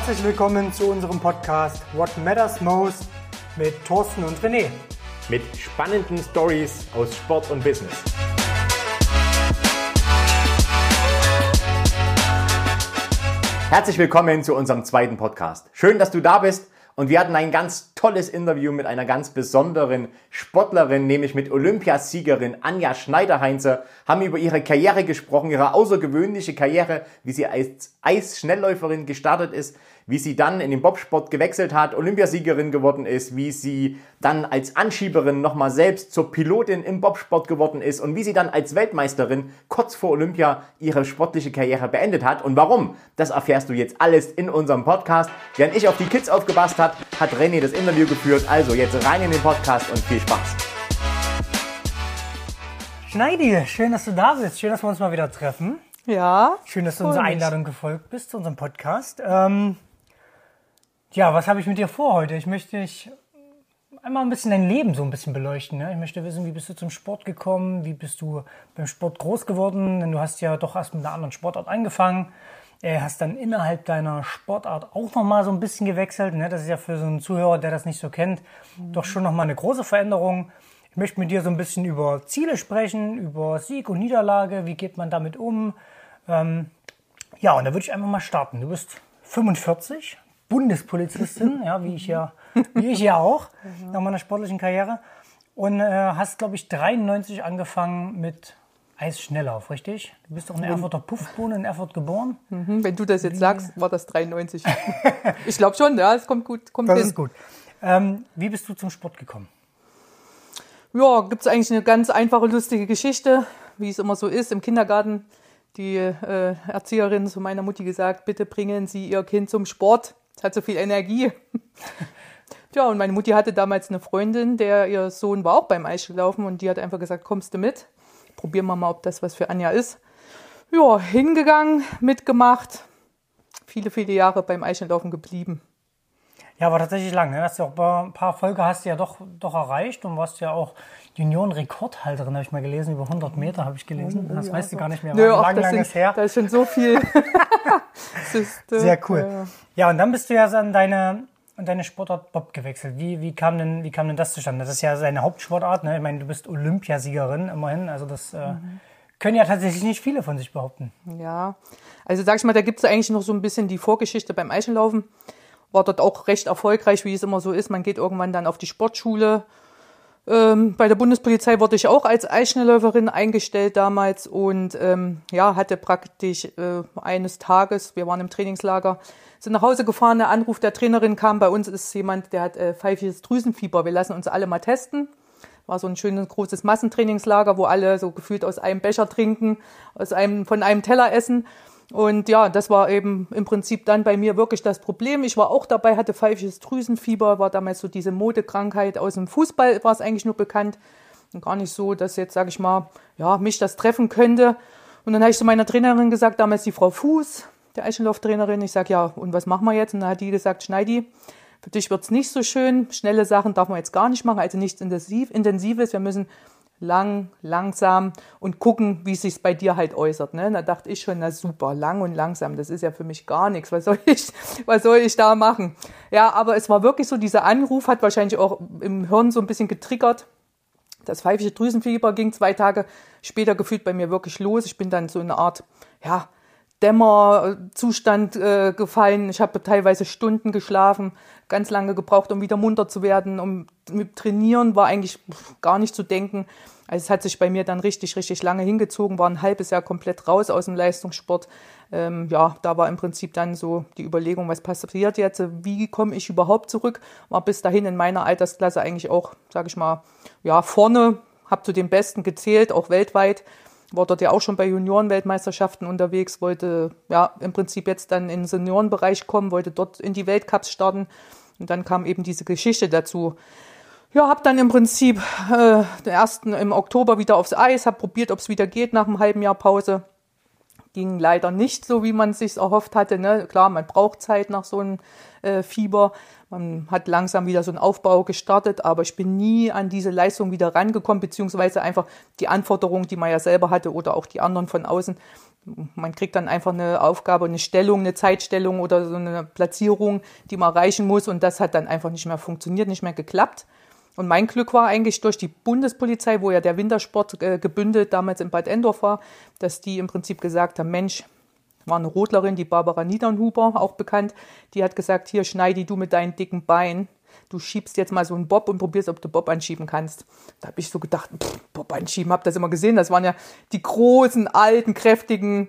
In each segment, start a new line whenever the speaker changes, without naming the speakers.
Herzlich willkommen zu unserem Podcast What Matters Most mit Thorsten und René.
Mit spannenden Stories aus Sport und Business. Herzlich willkommen zu unserem zweiten Podcast. Schön, dass du da bist. Und wir hatten ein ganz tolles Interview mit einer ganz besonderen Sportlerin, nämlich mit Olympiasiegerin Anja Schneider-Heinze, haben über ihre Karriere gesprochen, ihre außergewöhnliche Karriere, wie sie als Eisschnellläuferin gestartet ist, wie sie dann in den Bobsport gewechselt hat, Olympiasiegerin geworden ist, wie sie dann als Anschieberin nochmal selbst zur Pilotin im Bobsport geworden ist und wie sie dann als Weltmeisterin kurz vor Olympia ihre sportliche Karriere beendet hat. Und warum? Das erfährst du jetzt alles in unserem Podcast. Während ich auf die Kids aufgepasst habe, hat René das Interview geführt. Also jetzt rein in den Podcast und viel Spaß.
Schneidi, schön, dass du da bist. Schön, dass wir uns mal wieder treffen.
Ja.
Schön, dass du unserer Einladung gefolgt bist zu unserem Podcast. Ja, was habe ich mit dir vor heute? Ich möchte dich einmal ein bisschen dein Leben so ein bisschen beleuchten. Ne? Ich möchte wissen, wie bist du zum Sport gekommen? Wie bist du beim Sport groß geworden? Denn du hast ja doch erst mit einer anderen Sportart angefangen. Hast dann innerhalb deiner Sportart auch nochmal so ein bisschen gewechselt. Ne? Das ist ja für so einen Zuhörer, der das nicht so kennt, doch schon nochmal eine große Veränderung. Ich möchte mit dir so ein bisschen über Ziele sprechen, über Sieg und Niederlage. Wie geht man damit um? Ja, und da würde ich einfach mal starten. Du bist 45, Bundespolizistin, ja, wie ich ja auch, nach meiner sportlichen Karriere. Und hast, glaube ich, 93 angefangen mit Eisschnelllauf, richtig? Du bist doch eine Erfurter Puffbohne in Erfurt geboren.
Wenn du das jetzt sagst, war das 93. Ich glaube schon, ja, es kommt gut, kommt
das
hin.
Ist gut. Wie bist du zum Sport gekommen?
Ja, gibt es eigentlich eine ganz einfache, lustige Geschichte, wie es immer so ist. Im Kindergarten, die Erzieherin zu meiner Mutti gesagt, bitte bringen Sie Ihr Kind zum Sport. Es hat so viel Energie. Ja, und meine Mutti hatte damals eine Freundin, ihr Sohn war auch beim Eisschnelllaufen und die hat einfach gesagt, kommst du mit? Probieren wir mal, ob das was für Anja ist. Ja, hingegangen, mitgemacht, viele, viele Jahre beim Eisschnelllaufen geblieben.
Ja, war tatsächlich lang. Ne? Hast du auch ein paar Folgen hast du ja doch erreicht und warst ja auch Junioren-Rekordhalterin, habe ich mal gelesen, über 100 Meter habe ich gelesen. Das weißt du gar nicht mehr.
Nö,
Langes her.
Da ist schon so viel.
Sehr cool. Ja, und dann bist du ja an deine Sportart Bob gewechselt. Wie kam denn das zustande? Das ist ja seine Hauptsportart. Ne? Ich meine, du bist Olympiasiegerin immerhin. Also das können ja tatsächlich nicht viele von sich behaupten.
Ja, also sag ich mal, da gibt es eigentlich noch so ein bisschen die Vorgeschichte beim Eisschnelllaufen. War dort auch recht erfolgreich, wie es immer so ist. Man geht irgendwann dann auf die Sportschule. Bei der Bundespolizei wurde ich auch als Eisschnellläuferin eingestellt damals und hatte praktisch eines Tages, wir waren im Trainingslager, sind nach Hause gefahren, der Anruf der Trainerin kam, bei uns ist jemand, der hat pfeifisches Drüsenfieber, wir lassen uns alle mal testen. War so ein schönes großes Massentrainingslager, wo alle so gefühlt aus einem Becher trinken, von einem Teller essen. Und ja, das war eben im Prinzip dann bei mir wirklich das Problem. Ich war auch dabei, hatte pfeifisches Drüsenfieber, war damals so diese Modekrankheit aus dem Fußball, war es eigentlich nur bekannt. Und gar nicht so, dass jetzt, sage ich mal, ja, mich das treffen könnte. Und dann habe ich zu meiner Trainerin gesagt, damals die Frau Fuß, der Eisschnelllauftrainerin, ich sage, ja, und was machen wir jetzt? Und dann hat die gesagt, Schneidi, für dich wird's nicht so schön, schnelle Sachen darf man jetzt gar nicht machen, also nichts Intensives, wir müssen langsam und gucken, wie es sich bei dir halt äußert. Ne? Da dachte ich schon, na super, lang und langsam, das ist ja für mich gar nichts. Was soll ich da machen? Ja, aber es war wirklich so, dieser Anruf hat wahrscheinlich auch im Hirn so ein bisschen getriggert. Das pfeifische Drüsenfieber ging 2 Tage später gefühlt bei mir wirklich los. Ich bin dann so in eine Art, ja, Dämmerzustand gefallen. Ich habe teilweise Stunden geschlafen, ganz lange gebraucht, um wieder munter zu werden. Mit Trainieren war eigentlich gar nicht zu denken. Also es hat sich bei mir dann richtig, richtig lange hingezogen, war ein halbes Jahr komplett raus aus dem Leistungssport. Da war im Prinzip dann so die Überlegung, was passiert jetzt, wie komme ich überhaupt zurück? War bis dahin in meiner Altersklasse eigentlich auch, sage ich mal, ja, vorne, habe zu den Besten gezählt, auch weltweit. War dort ja auch schon bei Juniorenweltmeisterschaften unterwegs, wollte ja im Prinzip jetzt dann in den Seniorenbereich kommen, wollte dort in die Weltcups starten und dann kam eben diese Geschichte dazu. Ja, habe dann im Prinzip im Oktober wieder aufs Eis, habe probiert, ob es wieder geht nach einem halben Jahr Pause. ging leider nicht so, wie man es sich erhofft hatte. Ne? Klar, man braucht Zeit nach so einem Fieber. Man hat langsam wieder so einen Aufbau gestartet, aber ich bin nie an diese Leistung wieder rangekommen, beziehungsweise einfach die Anforderungen, die man ja selber hatte oder auch die anderen von außen. Man kriegt dann einfach eine Aufgabe, eine Stellung, eine Zeitstellung oder so eine Platzierung, die man erreichen muss, und das hat dann einfach nicht mehr funktioniert, nicht mehr geklappt. Und mein Glück war eigentlich durch die Bundespolizei, wo ja der Wintersport gebündelt damals in Bad Endorf war, dass die im Prinzip gesagt haben, Mensch, war eine Rodlerin, die Barbara Niedernhuber, auch bekannt, die hat gesagt, hier Schneidi, du mit deinen dicken Beinen, du schiebst jetzt mal so einen Bob und probierst, ob du Bob anschieben kannst. Da habe ich so gedacht, Bob anschieben, habe das immer gesehen, das waren ja die großen, alten, kräftigen,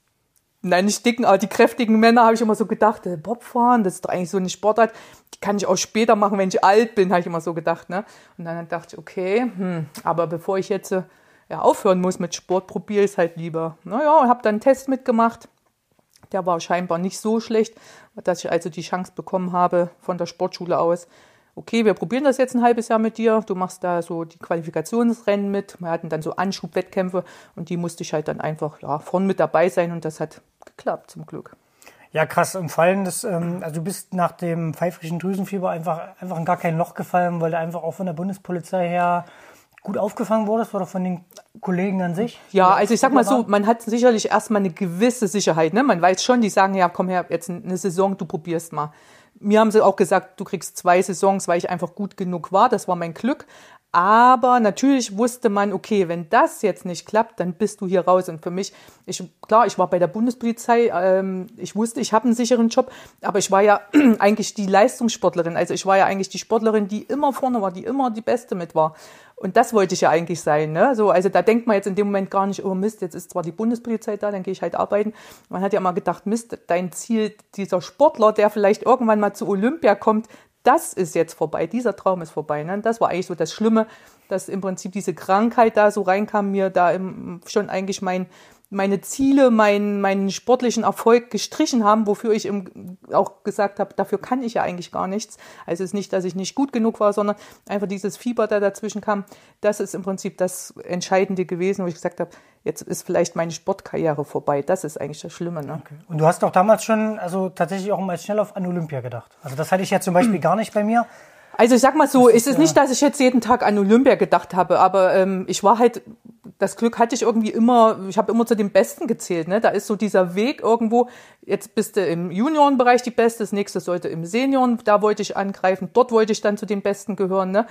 nein, nicht dicken, aber die kräftigen Männer, habe ich immer so gedacht, Bobfahren, das ist doch eigentlich so eine Sportart, die kann ich auch später machen, wenn ich alt bin, habe ich immer so gedacht. Ne? Und dann dachte ich, okay, aber bevor ich jetzt aufhören muss mit Sport, probiere ich es halt lieber. Naja, habe dann einen Test mitgemacht. Der war scheinbar nicht so schlecht, dass ich also die Chance bekommen habe von der Sportschule aus. Okay, wir probieren das jetzt ein halbes Jahr mit dir. Du machst da so die Qualifikationsrennen mit. Wir hatten dann so Anschubwettkämpfe und die musste ich halt dann einfach vorn mit dabei sein, und das hat geklappt zum Glück.
Ja, krass. Und vor allem, also du bist nach dem pfeifrischen Drüsenfieber einfach in gar kein Loch gefallen, weil du einfach auch von der Bundespolizei her gut aufgefangen wurdest oder von den Kollegen an sich?
Ja, also ich sag mal so, man hat sicherlich erstmal eine gewisse Sicherheit. Ne? Man weiß schon, die sagen, ja, komm her, jetzt eine Saison, du probierst mal. Mir haben sie auch gesagt, du kriegst 2 Saisons, weil ich einfach gut genug war. Das war mein Glück. Aber natürlich wusste man, okay, wenn das jetzt nicht klappt, dann bist du hier raus. Und für mich, ich war bei der Bundespolizei, ich wusste, ich habe einen sicheren Job, aber ich war ja eigentlich die Leistungssportlerin. Also ich war ja eigentlich die Sportlerin, die immer vorne war, die immer die Beste mit war. Und das wollte ich ja eigentlich sein. Ne? So, also da denkt man jetzt in dem Moment gar nicht, oh Mist, jetzt ist zwar die Bundespolizei da, dann gehe ich halt arbeiten. Man hat ja immer gedacht, Mist, dein Ziel, dieser Sportler, der vielleicht irgendwann mal zu Olympia kommt, das ist jetzt vorbei, dieser Traum ist vorbei. Ne? Das war eigentlich so das Schlimme, dass im Prinzip diese Krankheit da so reinkam, mir da schon eigentlich meine Ziele, meinen sportlichen Erfolg gestrichen haben, wofür ich auch gesagt habe, dafür kann ich ja eigentlich gar nichts. Also es ist nicht, dass ich nicht gut genug war, sondern einfach dieses Fieber, da dazwischen kam. Das ist im Prinzip das Entscheidende gewesen, wo ich gesagt habe, jetzt ist vielleicht meine Sportkarriere vorbei. Das ist eigentlich das Schlimme. Ne?
Okay. Und du hast doch damals schon, also tatsächlich auch mal schnell an Olympia gedacht. Also das hatte ich ja zum Beispiel gar nicht bei mir.
Also ich sag mal so, es ist nicht, dass ich jetzt jeden Tag an Olympia gedacht habe, aber ich war halt, das Glück hatte ich irgendwie immer, ich habe immer zu den Besten gezählt. Ne? Da ist so dieser Weg irgendwo, jetzt bist du im Juniorenbereich die Beste, das nächste sollte im Senioren, da wollte ich angreifen, dort wollte ich dann zu den Besten gehören. Ne?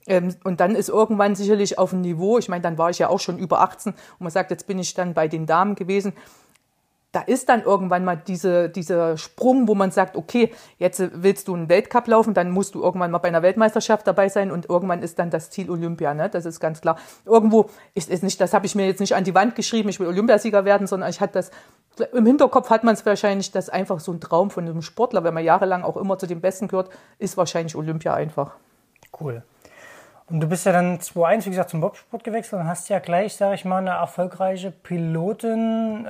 Und dann ist irgendwann sicherlich auf dem Niveau, ich meine, dann war ich ja auch schon über 18 und man sagt, jetzt bin ich dann bei den Damen gewesen. Da ist dann irgendwann mal dieser Sprung, wo man sagt, okay, jetzt willst du einen Weltcup laufen, dann musst du irgendwann mal bei einer Weltmeisterschaft dabei sein und irgendwann ist dann das Ziel Olympia, ne? Das ist ganz klar. Irgendwo ist es nicht, das habe ich mir jetzt nicht an die Wand geschrieben, ich will Olympiasieger werden, sondern ich hatte das, im Hinterkopf hat man es wahrscheinlich, dass einfach so ein Traum von einem Sportler, wenn man jahrelang auch immer zu den Besten gehört, ist wahrscheinlich Olympia einfach.
Cool. Und du bist ja dann 2001, wie gesagt, zum Bobsport gewechselt und hast ja gleich, sage ich mal, eine erfolgreiche Pilotin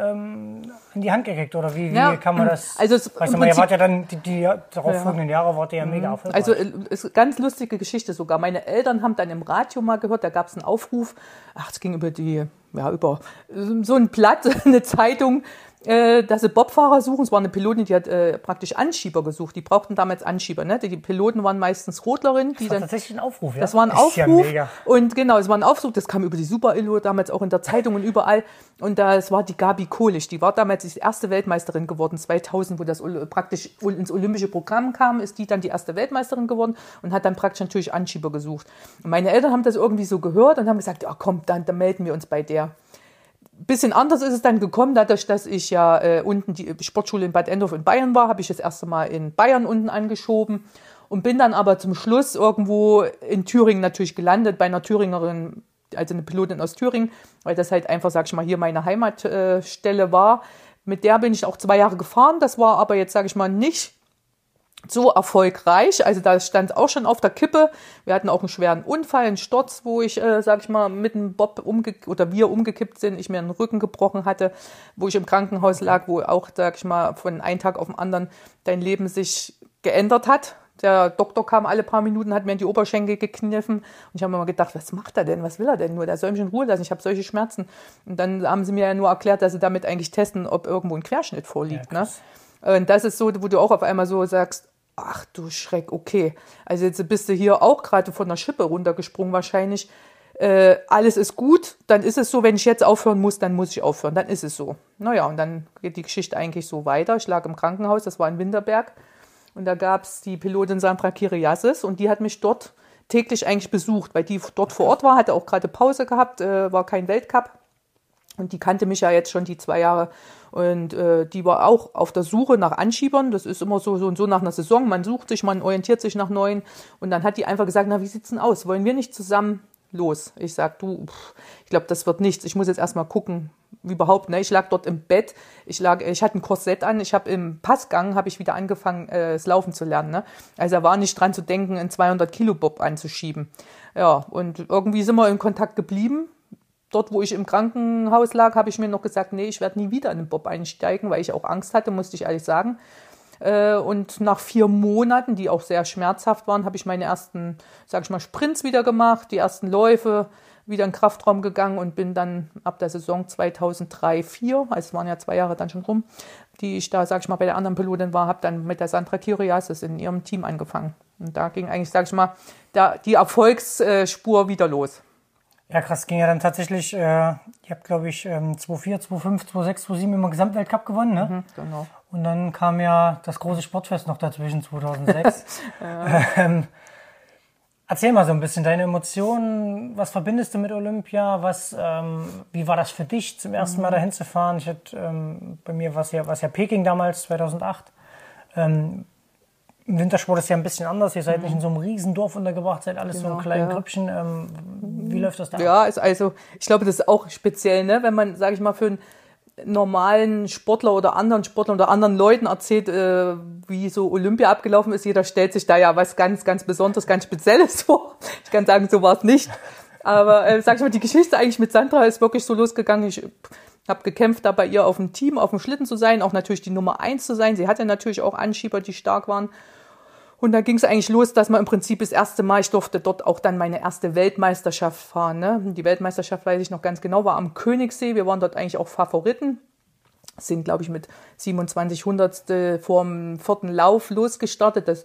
in die Hand gekriegt, oder wie kann man das?
Also
ihr wart ja dann die darauffolgenden Jahre wart ihr ja mega erfolgreich.
Also ist eine ganz lustige Geschichte sogar. Meine Eltern haben dann im Radio mal gehört, da gab es einen Aufruf, es ging über über so ein Blatt, eine Zeitung, dass sie Bobfahrer suchen. Es war eine Pilotin, die hat praktisch Anschieber gesucht. Die brauchten damals Anschieber. Ne? Die Piloten waren meistens Rodlerinnen.
Das war tatsächlich ein Aufruf, ja?
Das war ein Aufruf. Ja mega. Und genau, es war ein Aufruf. Das kam über die Super-Illo, damals auch in der Zeitung und überall. Und das war die Gabi Kohlich. Die war damals die erste Weltmeisterin geworden, 2000, wo das praktisch ins olympische Programm kam, ist die dann die erste Weltmeisterin geworden und hat dann praktisch natürlich Anschieber gesucht. Und meine Eltern haben das irgendwie so gehört und haben gesagt, ja komm, dann melden wir uns bei der. Bisschen anders ist es dann gekommen, dadurch, dass ich ja unten die Sportschule in Bad Endorf in Bayern war, habe ich das erste Mal in Bayern unten angeschoben und bin dann aber zum Schluss irgendwo in Thüringen natürlich gelandet, bei einer Thüringerin, also eine Pilotin aus Thüringen, weil das halt einfach, sag ich mal, hier meine Heimatstelle war. Mit der bin ich auch 2 Jahre gefahren, das war aber jetzt, sage ich mal, nicht so erfolgreich, also da stand auch schon auf der Kippe. Wir hatten auch einen schweren Unfall, einen Sturz, wo ich, sag ich mal, mit dem Bob wir umgekippt sind, ich mir den Rücken gebrochen hatte, wo ich im Krankenhaus lag, wo auch, sag ich mal, von einem Tag auf den anderen dein Leben sich geändert hat. Der Doktor kam alle paar Minuten, hat mir in die Oberschenkel gekniffen. Und ich habe mir immer gedacht, was macht er denn? Was will er denn nur? Der soll mich in Ruhe lassen. Ich habe solche Schmerzen. Und dann haben sie mir ja nur erklärt, dass sie damit eigentlich testen, ob irgendwo ein Querschnitt vorliegt.
Ja,
ne? Und das ist so, wo du auch auf einmal so sagst, ach du Schreck, okay. Also jetzt bist du hier auch gerade von der Schippe runtergesprungen wahrscheinlich. Alles ist gut, dann ist es so, wenn ich jetzt aufhören muss, dann muss ich aufhören. Dann ist es so. Naja, und dann geht die Geschichte eigentlich so weiter. Ich lag im Krankenhaus, das war in Winterberg. Und da gab es die Pilotin Sandra Kiriassis und die hat mich dort täglich eigentlich besucht, weil die dort vor Ort war, hatte auch gerade Pause gehabt, war kein Weltcup. Und die kannte mich ja jetzt schon die 2 Jahre. Und die war auch auf der Suche nach Anschiebern. Das ist immer so und so nach einer Saison. Man sucht sich, man orientiert sich nach neuen. Und dann hat die einfach gesagt, na, wie sieht's denn aus? Wollen wir nicht zusammen los? Ich sag, ich glaube, das wird nichts. Ich muss jetzt erstmal gucken, wie überhaupt. Ne? Ich lag dort im Bett. Ich hatte ein Korsett an. Ich habe im Passgang wieder angefangen, das Laufen zu lernen. Ne? Also da war nicht dran zu denken, einen 200 Kilo Bob anzuschieben. Ja, und irgendwie sind wir in Kontakt geblieben. Dort, wo ich im Krankenhaus lag, habe ich mir noch gesagt, nee, ich werde nie wieder in den Bob einsteigen, weil ich auch Angst hatte, musste ich ehrlich sagen. Und nach 4 Monaten, die auch sehr schmerzhaft waren, habe ich meine ersten, sag ich mal, Sprints wieder gemacht, die ersten Läufe, wieder in den Kraftraum gegangen und bin dann ab der Saison 2003/04, also es waren ja 2 Jahre dann schon rum, die ich da, sag ich mal, bei der anderen Pilotin war, habe dann mit der Sandra Kiriassis in ihrem Team angefangen. Und da ging eigentlich, sag ich mal, die Erfolgsspur wieder los.
Ja, krass, ging ja dann tatsächlich, ihr habt, glaube ich, 2004, 2005, 2006, 2007 immer Gesamtweltcup gewonnen, ne?
Mhm, genau.
Und dann kam ja das große Sportfest noch dazwischen, 2006. Erzähl mal so ein bisschen deine Emotionen, was verbindest du mit Olympia, wie war das für dich, zum ersten Mal dahin zu fahren? Bei mir war es ja Peking damals, 2008. Im Wintersport ist ja ein bisschen anders, ihr seid nicht in so einem Riesendorf untergebracht, seid alles so in kleinen Grüppchen. Wie läuft das da?
Ja, also ich glaube, das ist auch speziell, ne? Wenn man, sage ich mal, für einen normalen Sportler oder anderen Sportlern oder anderen Leuten erzählt, wie so Olympia abgelaufen ist. Jeder stellt sich da ja was ganz, ganz Besonderes, ganz Spezielles vor. Ich kann sagen, so war es nicht. Aber sag ich mal, die Geschichte eigentlich mit Sandra ist wirklich so losgegangen. Ich habe gekämpft, da bei ihr auf dem Team, auf dem Schlitten zu sein, auch natürlich die Nummer 1 zu sein. Sie hatte natürlich auch Anschieber, die stark waren. Und da ging es eigentlich los, dass man im Prinzip das erste Mal, ich durfte dort auch dann meine erste Weltmeisterschaft fahren. Ne? Die Weltmeisterschaft, weiß ich noch ganz genau, war am Königssee. Wir waren dort eigentlich auch Favoriten. Sind, glaube ich, mit 27 Hundertstel vorm 4. Lauf losgestartet. Das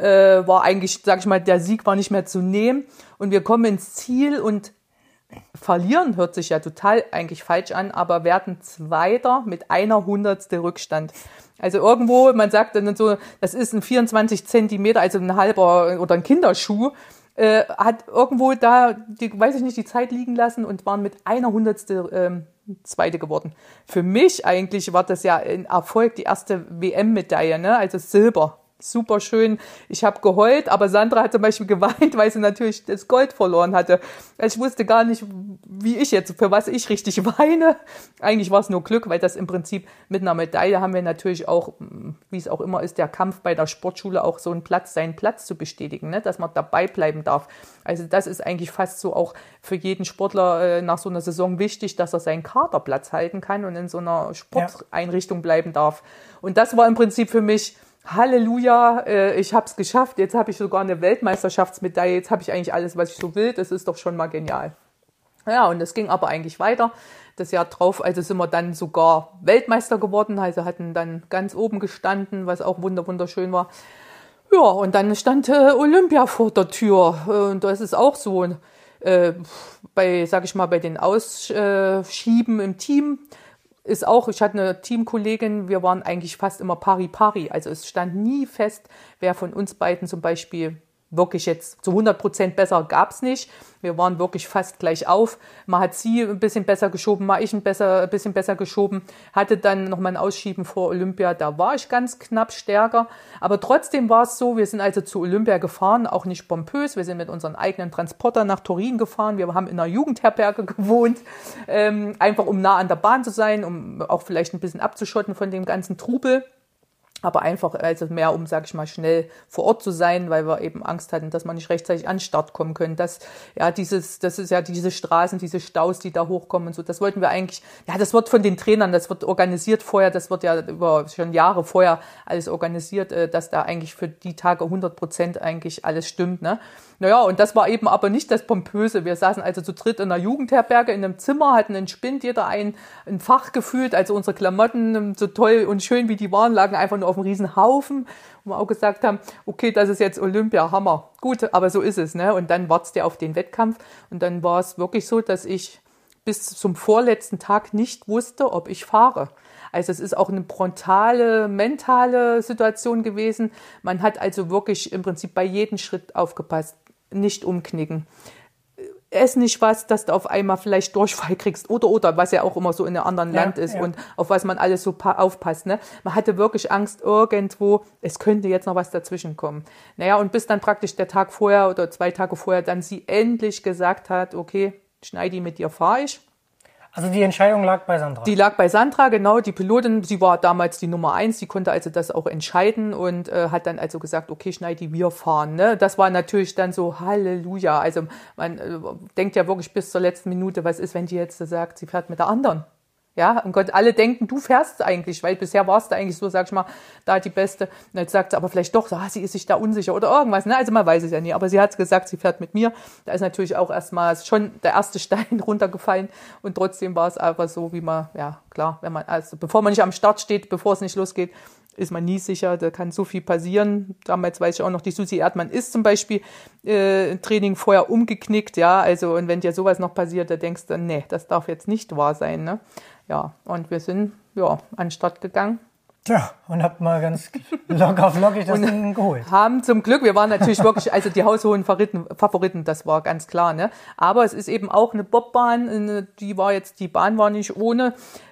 war eigentlich, sag ich mal, der Sieg war nicht mehr zu nehmen. Und wir kommen ins Ziel und verlieren hört sich ja total eigentlich falsch an, aber werden Zweiter mit 1 Hundertstel Rückstand. Also irgendwo, man sagt dann so, das ist ein 24 Zentimeter, also ein halber oder ein Kinderschuh, hat irgendwo da, weiß ich nicht, die Zeit liegen lassen und waren mit 1 Hundertstel Zweite geworden. Für mich eigentlich war das ja ein Erfolg, die erste WM-Medaille, ne? Also Silber. Super schön. Ich habe geheult, aber Sandra hat zum Beispiel geweint, weil sie natürlich das Gold verloren hatte. Also ich wusste gar nicht, für was ich richtig weine. Eigentlich war es nur Glück, weil das im Prinzip mit einer Medaille haben wir natürlich auch, wie es auch immer ist, der Kampf bei der Sportschule auch so seinen Platz zu bestätigen, ne? Dass man dabei bleiben darf. Also das ist eigentlich fast so auch für jeden Sportler nach so einer Saison wichtig, dass er seinen Kaderplatz halten kann und in so einer Sporteinrichtung bleiben darf. Und das war im Prinzip für mich Halleluja, ich habe es geschafft, jetzt habe ich sogar eine Weltmeisterschaftsmedaille, jetzt habe ich eigentlich alles, was ich so will, das ist doch schon mal genial. Ja, und es ging aber eigentlich weiter. Das Jahr drauf, also sind wir dann sogar Weltmeister geworden, also hatten dann ganz oben gestanden, was auch wunderschön war. Ja, und dann stand Olympia vor der Tür und das ist auch so, bei den Ausschieben im Team, ich hatte eine Teamkollegin, wir waren eigentlich fast immer pari-pari. Also es stand nie fest, wer von uns beiden zum Beispiel wirklich jetzt zu 100% besser gab's nicht. Wir waren wirklich fast gleich auf. Man hat sie ein bisschen besser geschoben, mal ich ein bisschen besser geschoben. Hatte dann noch mal ein Ausschieben vor Olympia, da war ich ganz knapp stärker. Aber trotzdem war es so, wir sind also zu Olympia gefahren, auch nicht pompös. Wir sind mit unseren eigenen Transporter nach Turin gefahren. Wir haben in einer Jugendherberge gewohnt, einfach um nah an der Bahn zu sein, um auch vielleicht ein bisschen abzuschotten von dem ganzen Trubel. Aber einfach, also mehr um, sag ich mal, schnell vor Ort zu sein, weil wir eben Angst hatten, dass wir nicht rechtzeitig an den Start kommen können. Das ist ja diese Straßen, diese Staus, die da hochkommen und so. Das wollten wir eigentlich, ja, das wird von den Trainern, das wird organisiert vorher, das wird ja über schon Jahre vorher alles organisiert, dass da eigentlich für die Tage 100% eigentlich alles stimmt, ne? Naja, und das war eben aber nicht das Pompöse. Wir saßen also zu dritt in einer Jugendherberge in einem Zimmer, hatten einen Spind, jeder ein Fach gefühlt, also unsere Klamotten, so toll und schön wie die waren, lagen einfach nur auf einem riesen Haufen, wo wir auch gesagt haben, okay, das ist jetzt Olympia, Hammer. Gut, aber so ist es, ne? Und dann wartest du auf den Wettkampf und dann war es wirklich so, dass ich bis zum vorletzten Tag nicht wusste, ob ich fahre. Also es ist auch eine brutale, mentale Situation gewesen. Man hat also wirklich im Prinzip bei jedem Schritt aufgepasst. Nicht umknicken. Ess nicht was, dass du auf einmal vielleicht Durchfall kriegst oder, was ja auch immer so in einem anderen Land ist und auf was man alles so aufpasst. Ne? Man hatte wirklich Angst irgendwo, es könnte jetzt noch was dazwischen kommen. Naja, und bis dann praktisch der Tag vorher oder 2 Tage vorher dann sie endlich gesagt hat, okay, Schneidi, mit dir fahre ich.
Also die Entscheidung lag bei Sandra?
Die lag bei Sandra, genau, die Pilotin, sie war damals die Nummer 1, die konnte also das auch entscheiden und hat dann also gesagt, okay, Schneidi, wir fahren. Ne? Das war natürlich dann so, Halleluja, also man denkt ja wirklich bis zur letzten Minute, was ist, wenn die jetzt sagt, sie fährt mit der anderen? Ja, und Gott, alle denken, du fährst eigentlich, weil bisher warst du eigentlich so, sag ich mal, da die Beste. Und jetzt sagt sie aber vielleicht doch, sie ist sich da unsicher oder irgendwas. Ne? Also man weiß es ja nie. Aber sie hat gesagt, sie fährt mit mir. Da ist natürlich auch erstmal schon der erste Stein runtergefallen. Und trotzdem war es einfach so, wie man, ja klar, wenn man, also bevor man nicht am Start steht, bevor es nicht losgeht, ist man nie sicher, da kann so viel passieren. Damals weiß ich auch noch, die Susi Erdmann ist zum Beispiel im Training vorher umgeknickt, ja, also und wenn dir sowas noch passiert, da denkst du, nee, das darf jetzt nicht wahr sein, ne? Ja, und wir sind, an den Start gegangen.
Tja, und habt mal ganz locker flockig das Ding geholt.
Haben zum Glück, wir waren natürlich wirklich, also die haushohen Favoriten, das war ganz klar, ne? Aber es ist eben auch eine Bobbahn, die Bahn war nicht ohne,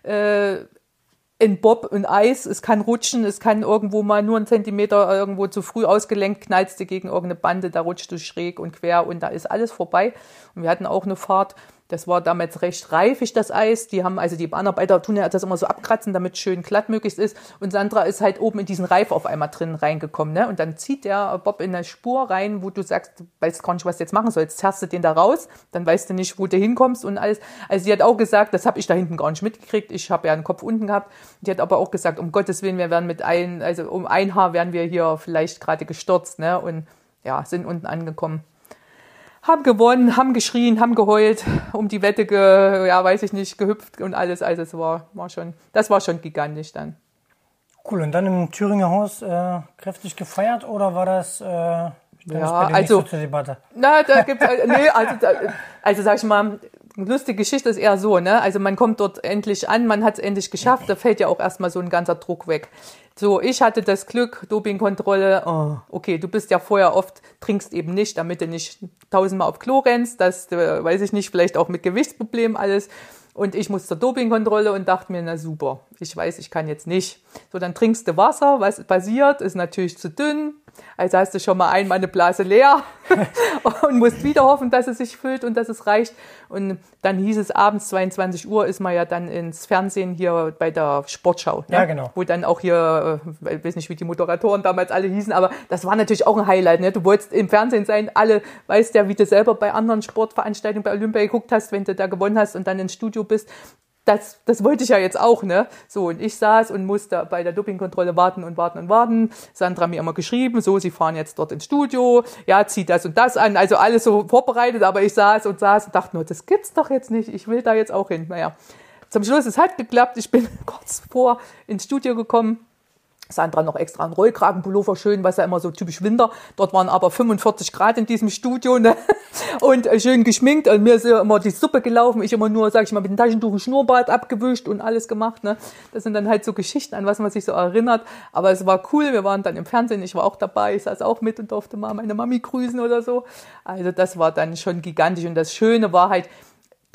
in Bob und Eis, es kann rutschen, es kann irgendwo mal nur 1 Zentimeter irgendwo zu früh ausgelenkt, knallst du gegen irgendeine Bande, da rutschst du schräg und quer und da ist alles vorbei. Und wir hatten auch eine Fahrt, das war damals recht reifig, das Eis. Die Bahnarbeiter tun ja das immer so abkratzen, damit es schön glatt möglichst ist. Und Sandra ist halt oben in diesen Reif auf einmal drin reingekommen, ne? Und dann zieht der Bob in eine Spur rein, wo du sagst, du weißt gar nicht, was du jetzt machen sollst. Zerrst du den da raus, dann weißt du nicht, wo du hinkommst und alles. Also sie hat auch gesagt, das habe ich da hinten gar nicht mitgekriegt. Ich habe ja einen Kopf unten gehabt. Die hat aber auch gesagt, um Gottes Willen, wir werden um ein Haar wären wir hier vielleicht gerade gestürzt, ne? Und ja, sind unten angekommen. Haben gewonnen, haben geschrien, haben geheult, um die Wette, gehüpft und alles. Also das war schon gigantisch dann.
Cool, und dann im Thüringer Haus kräftig gefeiert oder war das
nicht
so zur Debatte?
Na, da gibt's also sag ich mal, eine lustige Geschichte ist eher so, ne? Also man kommt dort endlich an, man hat es endlich geschafft, da fällt ja auch erstmal so ein ganzer Druck weg. So, ich hatte das Glück, Dopingkontrolle, okay, du bist ja vorher oft, trinkst eben nicht, damit du nicht 1000-mal auf Klo rennst, das, weiß ich nicht, vielleicht auch mit Gewichtsproblemen alles. Und ich musste zur Dopingkontrolle und dachte mir, na super, ich weiß, ich kann jetzt nicht. So, dann trinkst du Wasser, was passiert, ist natürlich zu dünn. Also hast du schon mal einmal eine Blase leer und musst wieder hoffen, dass es sich füllt und dass es reicht. Und dann hieß es abends 22 Uhr ist man ja dann ins Fernsehen hier bei der Sportschau. Ne?
Ja, genau.
Wo dann auch hier, ich weiß nicht, wie die Moderatoren damals alle hießen, aber das war natürlich auch ein Highlight. Ne? Du wolltest im Fernsehen sein, alle, weißt ja, wie du selber bei anderen Sportveranstaltungen bei Olympia geguckt hast, wenn du da gewonnen hast und dann ins Studio bist. Das wollte ich ja jetzt auch, ne? So, und ich saß und musste bei der Dopingkontrolle warten. Sandra hat mir immer geschrieben, so, sie fahren jetzt dort ins Studio, ja, zieht das und das an, also alles so vorbereitet, aber ich saß und dachte nur, das gibt's doch jetzt nicht, ich will da jetzt auch hin. Naja, zum Schluss, es hat geklappt, ich bin kurz vor ins Studio gekommen. Sandra noch extra einen Rollkragenpullover, schön, was ja immer so typisch Winter. Dort waren aber 45 Grad in diesem Studio, ne? Und schön geschminkt. Und mir ist ja immer die Suppe gelaufen. Ich immer nur, sag ich mal, mit dem Taschentuch ein Schnurrbart abgewischt und alles gemacht, ne? Das sind dann halt so Geschichten, an was man sich so erinnert. Aber es war cool. Wir waren dann im Fernsehen. Ich war auch dabei. Ich saß auch mit und durfte mal meine Mami grüßen oder so. Also das war dann schon gigantisch. Und das Schöne war halt,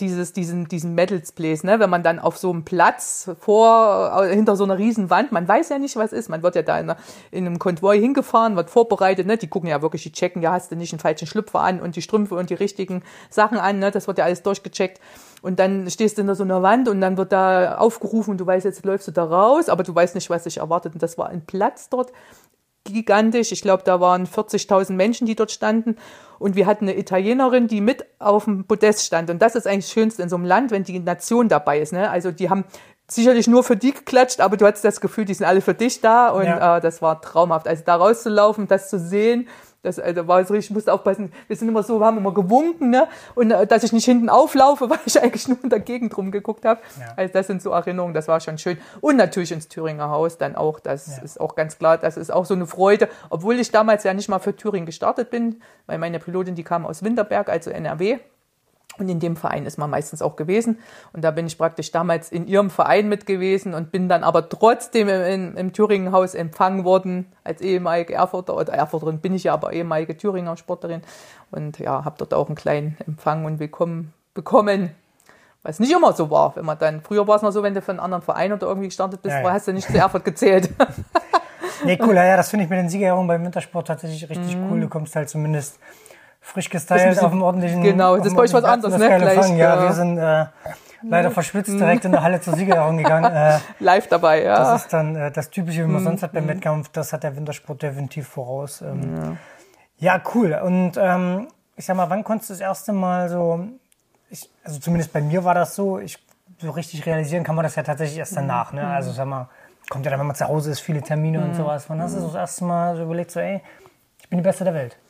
diesen Medals Place, ne? Wenn man dann auf so einem Platz hinter so einer riesen Wand, man weiß ja nicht, was ist, man wird ja da in einem Konvoi hingefahren, wird vorbereitet, ne? Die gucken ja wirklich, die checken, ja, hast du nicht einen falschen Schlüpfer an und die Strümpfe und die richtigen Sachen an, ne? Das wird ja alles durchgecheckt. Und dann stehst du hinter so einer Wand und dann wird da aufgerufen und du weißt, jetzt läufst du da raus, aber du weißt nicht, was dich erwartet. Und das war ein Platz dort, gigantisch. Ich glaube, da waren 40.000 Menschen, die dort standen. Und wir hatten eine Italienerin, die mit auf dem Podest stand. Und das ist eigentlich das Schönste in so einem Land, wenn die Nation dabei ist. Ne? Also die haben sicherlich nur für die geklatscht, aber du hattest das Gefühl, die sind alle für dich da. Und das war traumhaft. Also da rauszulaufen, das zu sehen, das war so richtig, ich musste aufpassen, wir sind immer so, wir haben immer gewunken, ne? Und dass ich nicht hinten auflaufe, weil ich eigentlich nur in der Gegend rumgeguckt habe. Ja. Also das sind so Erinnerungen, das war schon schön. Und natürlich ins Thüringer Haus dann auch, das ist auch ganz klar, das ist auch so eine Freude, obwohl ich damals ja nicht mal für Thüringen gestartet bin, weil meine Pilotin, die kam aus Winterberg, also NRW. Und in dem Verein ist man meistens auch gewesen. Und da bin ich praktisch damals in ihrem Verein mit gewesen und bin dann aber trotzdem im Thüringenhaus empfangen worden als ehemalige Erfurter, oder Erfurterin bin ich ja, aber ehemalige Thüringer Sportlerin. Und ja, habe dort auch einen kleinen Empfang und Willkommen bekommen. Was nicht immer so war. Wenn man dann, früher war es noch so, wenn du für einen anderen Verein oder irgendwie gestartet bist, hast du nicht zu Erfurt gezählt.
Nee, cool. Ja, das finde ich mit den Siegerehrungen beim Wintersport tatsächlich richtig cool. Du kommst halt zumindest frisch gestylt auf dem ordentlichen...
Genau, das ist bei euch was anderes, ne?
Gleich, ja, wir sind leider verschwitzt direkt in der Halle zur Siegerehrung gegangen.
Live dabei, ja.
Das ist dann das Typische, wie man sonst hat beim Wettkampf. Das hat der Wintersport definitiv voraus. Ja, cool. Und ich sag mal, wann konntest du das erste Mal so... also zumindest bei mir war das so, so richtig realisieren kann man das ja tatsächlich erst danach. Ne? Also sag mal, kommt ja dann, wenn man zu Hause ist, viele Termine und sowas. Wann hast du das erste Mal so überlegt, so ey, ich bin die Beste der Welt?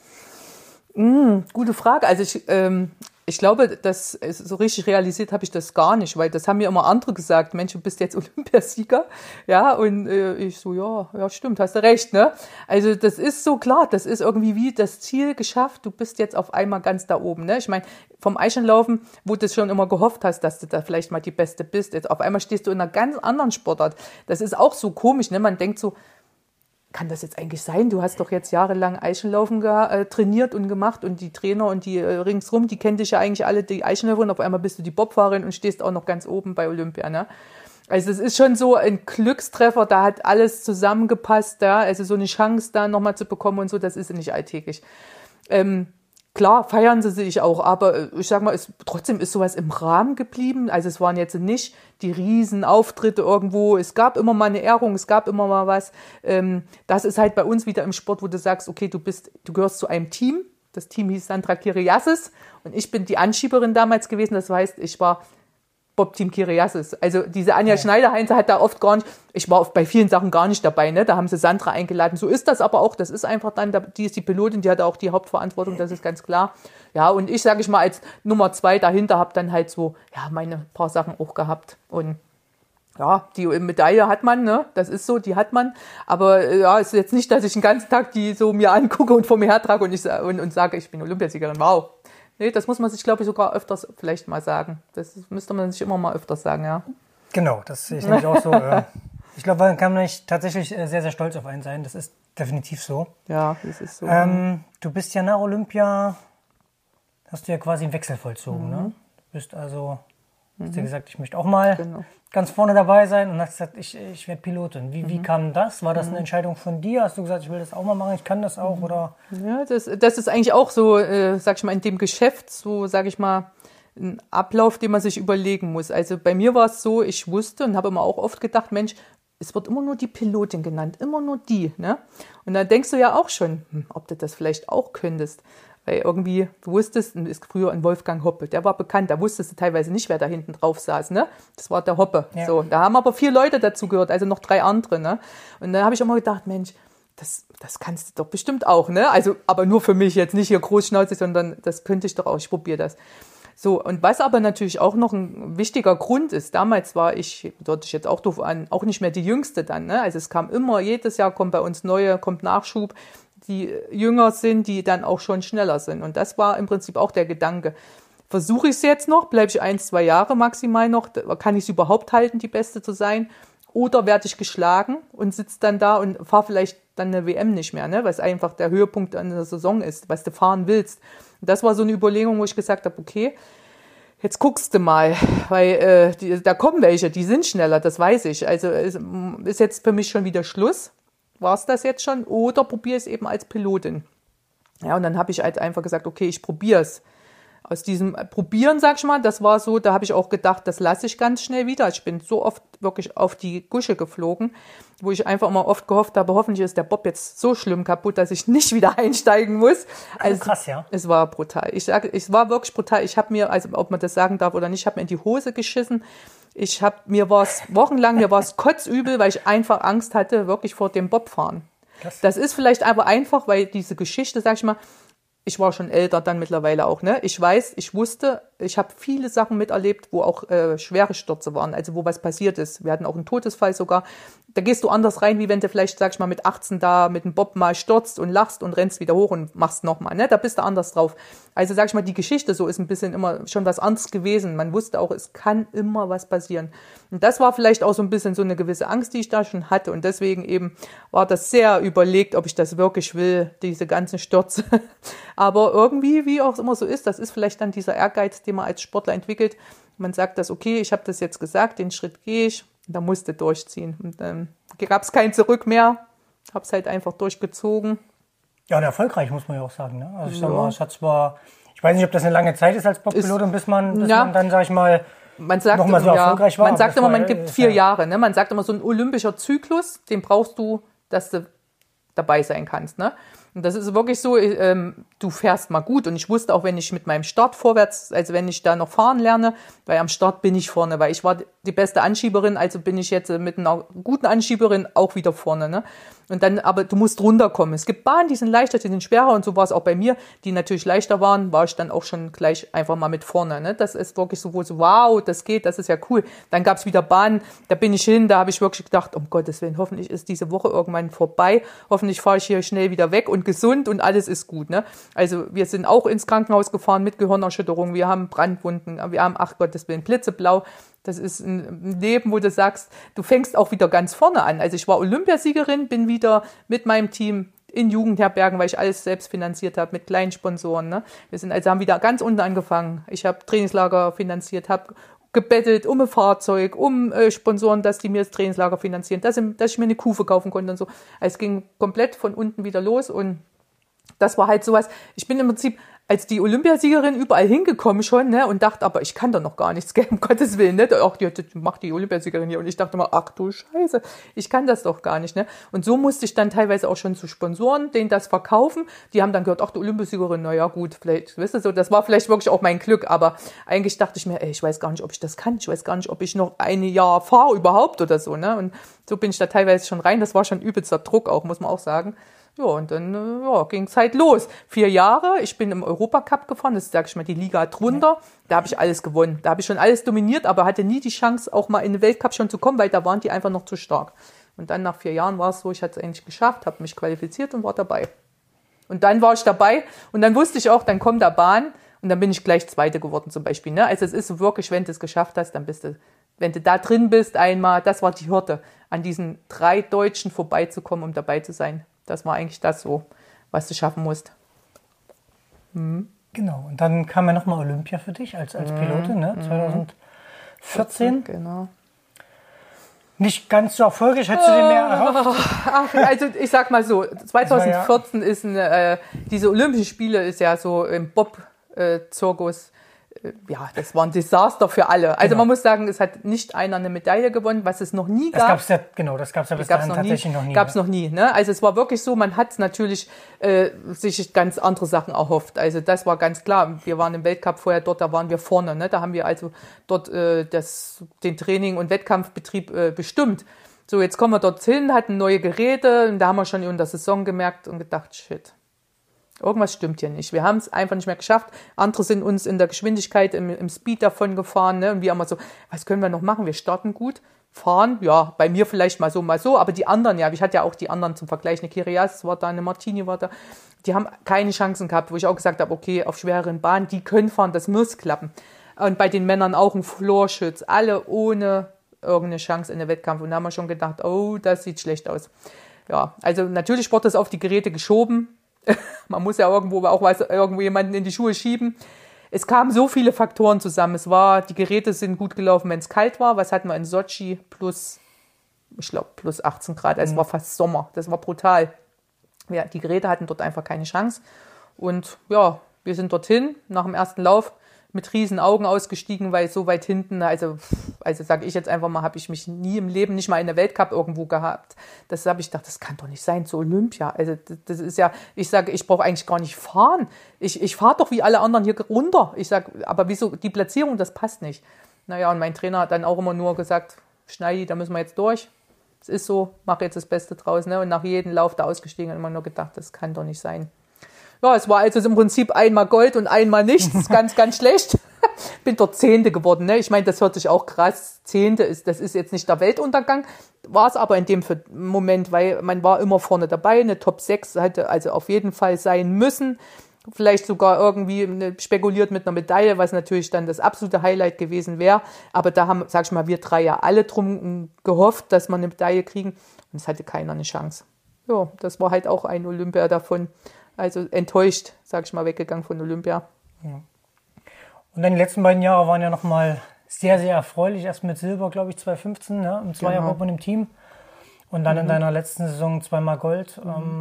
Gute Frage. Also ich glaube, dass so richtig realisiert habe ich das gar nicht, weil das haben mir immer andere gesagt. Mensch, du bist jetzt Olympiasieger, ja, und ich so, ja, stimmt, hast du recht, ne? Also das ist so klar, das ist irgendwie wie das Ziel geschafft. Du bist jetzt auf einmal ganz da oben, ne? Ich meine, vom Eichenlaufen, wo du schon immer gehofft hast, dass du da vielleicht mal die Beste bist, jetzt auf einmal stehst du in einer ganz anderen Sportart. Das ist auch so komisch, ne? Man denkt so, kann das jetzt eigentlich sein? Du hast doch jetzt jahrelang Eichenlaufen trainiert und gemacht und die Trainer und die ringsrum, die kennen dich ja eigentlich alle, die Eichenläuferin. Auf einmal bist du die Bobfahrerin und stehst auch noch ganz oben bei Olympia. Ne? Also es ist schon so ein Glückstreffer, da hat alles zusammengepasst. Ja? Also so eine Chance da nochmal zu bekommen und so, das ist nicht alltäglich. Klar, feiern sie sich auch, aber ich sag mal, trotzdem ist sowas im Rahmen geblieben. Also es waren jetzt nicht die riesen Auftritte irgendwo. Es gab immer mal eine Ehrung, es gab immer mal was. Das ist halt bei uns wieder im Sport, wo du sagst, okay, du gehörst zu einem Team. Das Team hieß Sandra Kiriassis und ich bin die Anschieberin damals gewesen. Das heißt, ich war Bob-Team Kiriassis. Also diese Anja Schneider-Heinze hat da oft gar nicht, ich war oft bei vielen Sachen gar nicht dabei, ne? Da haben sie Sandra eingeladen. So ist das aber auch, das ist einfach dann, die ist die Pilotin, die hat auch die Hauptverantwortung, das ist ganz klar. Ja, und ich, sage ich mal, als Nummer 2 dahinter habe dann halt so, ja, meine paar Sachen auch gehabt. Und ja, die Medaille hat man, ne? Das ist so, die hat man. Aber ja, es ist jetzt nicht, dass ich den ganzen Tag die so mir angucke und vor mir hertrage und sage, ich bin Olympiasiegerin. Wow. Nee, das muss man sich, glaube ich, sogar öfters vielleicht mal sagen. Das müsste man sich immer mal öfters sagen, ja.
Genau, das sehe ich nämlich auch so. Ich glaube, man kann nicht tatsächlich sehr, sehr stolz auf einen sein. Das ist definitiv so.
Ja, das ist so.
Du bist ja nach Olympia, hast du ja quasi einen Wechsel vollzogen, ne? Du bist also, hast ja gesagt, ich möchte auch mal ganz vorne dabei sein und hast gesagt, ich werde Pilotin. Wie kam das? War das eine Entscheidung von dir? Hast du gesagt, ich will das auch mal machen, ich kann das auch, oder?
Ja, das ist eigentlich auch so, sag ich mal, in dem Geschäft, so, sag ich mal, ein Ablauf, den man sich überlegen muss. Also bei mir war es so, ich wusste und habe immer auch oft gedacht, Mensch, es wird immer nur die Pilotin genannt, immer nur die, ne? Und dann denkst du ja auch schon, ob du das vielleicht auch könntest. Weil irgendwie, du wusstest, ist früher ein Wolfgang Hoppe, der war bekannt, da wusstest du teilweise nicht, wer da hinten drauf saß, ne? Das war der Hoppe. Ja. So, da haben aber 4 Leute dazu gehört, also noch 3 andere, ne? Und dann habe ich immer gedacht, Mensch, das kannst du doch bestimmt auch, ne? Also, aber nur für mich jetzt nicht hier großschnauzig, sondern das könnte ich doch auch, ich probiere das. So, und was aber natürlich auch noch ein wichtiger Grund ist, damals war ich, dort ich jetzt auch doof an, auch nicht mehr die Jüngste dann, ne? Also es kam immer, jedes Jahr kommt bei uns kommt Nachschub, die jünger sind, die dann auch schon schneller sind. Und das war im Prinzip auch der Gedanke. Versuche ich es jetzt noch, bleibe ich 1-2 Jahre maximal noch, kann ich es überhaupt halten, die Beste zu sein? Oder werde ich geschlagen und sitze dann da und fahre vielleicht dann eine WM nicht mehr, ne? Weil es einfach der Höhepunkt an der Saison ist, was du fahren willst. Und das war so eine Überlegung, wo ich gesagt habe, okay, jetzt guckst du mal, weil da kommen welche, die sind schneller, das weiß ich. Also ist jetzt für mich schon wieder Schluss. War es das jetzt schon? Oder probiere es eben als Pilotin. Ja, und dann habe ich halt einfach gesagt, okay, ich probiere es. Aus diesem Probieren, sag ich mal, das war so, da habe ich auch gedacht, das lasse ich ganz schnell wieder. Ich bin so oft wirklich auf die Gusche geflogen, wo ich einfach immer oft gehofft habe, hoffentlich ist der Bob jetzt so schlimm kaputt, dass ich nicht wieder einsteigen muss. Also
krass, ja.
Es war brutal. Ich sage, es war wirklich brutal. Ich habe mir, also ob man das sagen darf oder nicht, ich habe mir in die Hose geschissen. Mir war es kotzübel, weil ich einfach Angst hatte, wirklich vor dem Bobfahren.
Krass.
Das ist vielleicht aber einfach, weil diese Geschichte, sag ich mal, ich war schon älter dann mittlerweile auch, ne? Ich wusste, ich habe viele Sachen miterlebt, wo auch schwere Stürze waren, also wo was passiert ist. Wir hatten auch einen Todesfall sogar. Da gehst du anders rein, wie wenn du vielleicht, sag ich mal, mit 18 da mit dem Bob mal stürzt und lachst und rennst wieder hoch und machst nochmal, ne? Da bist du anders drauf. Also, sag ich mal, die Geschichte so ist ein bisschen immer schon was anderes gewesen. Man wusste auch, es kann immer was passieren. Und das war vielleicht auch so ein bisschen so eine gewisse Angst, die ich da schon hatte. Und deswegen eben war das sehr überlegt, ob ich das wirklich will, diese ganzen Stürze. Aber irgendwie, wie auch immer so ist, das ist vielleicht dann dieser Ehrgeiz, den man als Sportler entwickelt. Man sagt das, okay, ich habe das jetzt gesagt, den Schritt gehe ich, und da musste durchziehen. Und dann gab es kein Zurück mehr, habe es halt einfach durchgezogen.
Ja, und erfolgreich, muss man ja auch sagen. Ne? Also ich sag mal, es hat zwar, ich weiß nicht, ob das eine lange Zeit ist als Bobpilotin, bis man dann, sag ich mal, nochmal so erfolgreich war.
Man sagt immer, man gibt 4 Jahre. Ne? Man sagt immer, so ein olympischer Zyklus, den brauchst du, dass du dabei sein kannst. Ne? Und das ist wirklich so, du fährst mal gut. Und ich wusste auch, wenn ich mit meinem Start vorwärts, also wenn ich da noch fahren lerne, weil am Start bin ich vorne, weil ich war die beste Anschieberin, also bin ich jetzt mit einer guten Anschieberin auch wieder vorne. Ne? Und dann, aber du musst runterkommen. Es gibt Bahnen, die sind leichter, die sind schwerer und so war es auch bei mir. Die natürlich leichter waren, war ich dann auch schon gleich einfach mal mit vorne. Ne? Das ist wirklich so, wow, das geht, das ist ja cool. Dann gab es wieder Bahnen, da bin ich hin, da habe ich wirklich gedacht, um Gottes Willen, hoffentlich ist diese Woche irgendwann vorbei. Hoffentlich fahre ich hier schnell wieder weg und gesund und alles ist gut. Ne? Also wir sind auch ins Krankenhaus gefahren mit Gehirnerschütterung, wir haben Brandwunden, wir haben, ach Gottes Willen, blitzeblau. Das ist ein Leben, wo du sagst, du fängst auch wieder ganz vorne an. Also ich war Olympiasiegerin, bin wieder mit meinem Team in Jugendherbergen, weil ich alles selbst finanziert habe mit kleinen Sponsoren. Ne? Haben wieder ganz unten angefangen. Ich habe Trainingslager finanziert, habe gebettelt um ein Fahrzeug, um Sponsoren, dass die mir das Trainingslager finanzieren, dass ich mir eine Kufe kaufen konnte und so. Also es ging komplett von unten wieder los und das war halt sowas. Ich bin im Prinzip als die Olympiasiegerin überall hingekommen schon, ne, und dachte, aber ich kann doch noch gar nichts, um Gottes Willen, ne, ach, die macht die Olympiasiegerin hier, und ich dachte mal, ach du Scheiße, ich kann das doch gar nicht, ne, und so musste ich dann teilweise auch schon zu Sponsoren, denen das verkaufen, die haben dann gehört, ach, die Olympiasiegerin, naja, gut, vielleicht, weißt du, so, das war vielleicht wirklich auch mein Glück, aber eigentlich dachte ich mir, ich weiß gar nicht, ob ich das kann, ich weiß gar nicht, ob ich noch ein Jahr fahre überhaupt oder so, ne, und so bin ich da teilweise schon rein, das war schon übelster Druck auch, muss man auch sagen. Ja, und dann ging es halt los. 4 Jahre, ich bin im Europacup gefahren, das ist, sag ich mal, die Liga drunter. Da habe ich alles gewonnen. Da habe ich schon alles dominiert, aber hatte nie die Chance, auch mal in den Weltcup schon zu kommen, weil da waren die einfach noch zu stark. Und dann nach 4 Jahren war es so, ich hatte es eigentlich geschafft, habe mich qualifiziert und war dabei. Und dann war ich dabei und dann wusste ich auch, dann kommt der Bahn und dann bin ich gleich Zweite geworden zum Beispiel. Ne? Also es ist so wirklich, wenn du es geschafft hast, dann bist du, wenn du da drin bist einmal, das war die Hürde, an diesen 3 Deutschen vorbeizukommen, um dabei zu sein. Das war eigentlich das so, was du schaffen musst.
Genau, und dann kam ja nochmal Olympia für dich als Pilotin, ne? 2014.
Genau.
Nicht ganz so erfolgreich, hättest du dir mehr erhofft?
Ach, also ich sag mal so, 2014 ist diese Olympischen Spiele ist ja so im Bob-Zirkus, ja, das war ein Desaster für alle. Also man muss sagen, es hat nicht einer eine Medaille gewonnen, was es noch nie gab.
Das gab's ja bis dahin tatsächlich noch nie.
Gab's noch nie, ne? Also es war wirklich so, man hat natürlich sich ganz andere Sachen erhofft. Also das war ganz klar. Wir waren im Weltcup vorher dort, da waren wir vorne, ne? Da haben wir also dort den Training- und Wettkampfbetrieb bestimmt. So, jetzt kommen wir dorthin, hatten neue Geräte und da haben wir schon in der Saison gemerkt und gedacht, shit. Irgendwas stimmt hier nicht. Wir haben es einfach nicht mehr geschafft. Andere sind uns in der Geschwindigkeit, im Speed davon gefahren. Ne? Und wir haben mal so, was können wir noch machen? Wir starten gut, fahren, ja, bei mir vielleicht mal so. Aber die anderen, ja, ich hatte ja auch die anderen zum Vergleich. Eine Kirias war da, eine Martini war da. Die haben keine Chancen gehabt, wo ich auch gesagt habe, okay, auf schwereren Bahnen, die können fahren, das muss klappen. Und bei den Männern auch ein Florschütz, alle ohne irgendeine Chance in den Wettkampf. Und da haben wir schon gedacht, oh, das sieht schlecht aus. Ja, also natürlich wurde das auf die Geräte geschoben. Man muss ja irgendwo jemanden in die Schuhe schieben. es kamen so viele Faktoren zusammen. Die Geräte sind gut gelaufen, wenn es kalt war. Was hatten wir in Sotschi? Ich glaube, plus 18 Grad. Also es war fast Sommer. Das war brutal. Ja, die Geräte hatten dort einfach keine Chance. Und ja, wir sind dorthin nach dem ersten Lauf mit riesen Augen ausgestiegen, weil so weit hinten, also sage ich jetzt einfach mal, habe ich mich nie im Leben, nicht mal in der Weltcup irgendwo gehabt. Das habe ich gedacht, das kann doch nicht sein, zu Olympia. Also das ist ja, ich sage, ich brauche eigentlich gar nicht fahren. Ich fahre doch wie alle anderen hier runter. Ich sage, aber wieso, die Platzierung, das passt nicht. Naja, und mein Trainer hat dann auch immer nur gesagt, Schneidi, da müssen wir jetzt durch. Es ist so, mach jetzt das Beste draus. Ne? Und nach jedem Lauf da ausgestiegen und immer nur gedacht, das kann doch nicht sein. Ja, es war also im Prinzip einmal Gold und einmal nichts. Ganz, ganz schlecht. Bin dort Zehnte geworden. Ne? Ich meine, das hört sich auch krass. Zehnte das ist jetzt nicht der Weltuntergang. War es aber in dem Moment, weil man war immer vorne dabei. Eine Top 6 hätte also auf jeden Fall sein müssen. Vielleicht sogar irgendwie spekuliert mit einer Medaille, was natürlich dann das absolute Highlight gewesen wäre. Aber da haben, sag ich mal, wir drei ja alle drum gehofft, dass wir eine Medaille kriegen. Und es hatte keiner eine Chance. Ja, das war halt auch ein Olympia davon. Also enttäuscht, sag ich mal, weggegangen von Olympia.
Ja. Und dann die letzten beiden Jahre waren ja nochmal sehr, sehr erfreulich. Erst mit Silber, glaube ich, 2015, ne? Im Zweiergruppen im Team. Und dann in deiner letzten Saison zweimal Gold.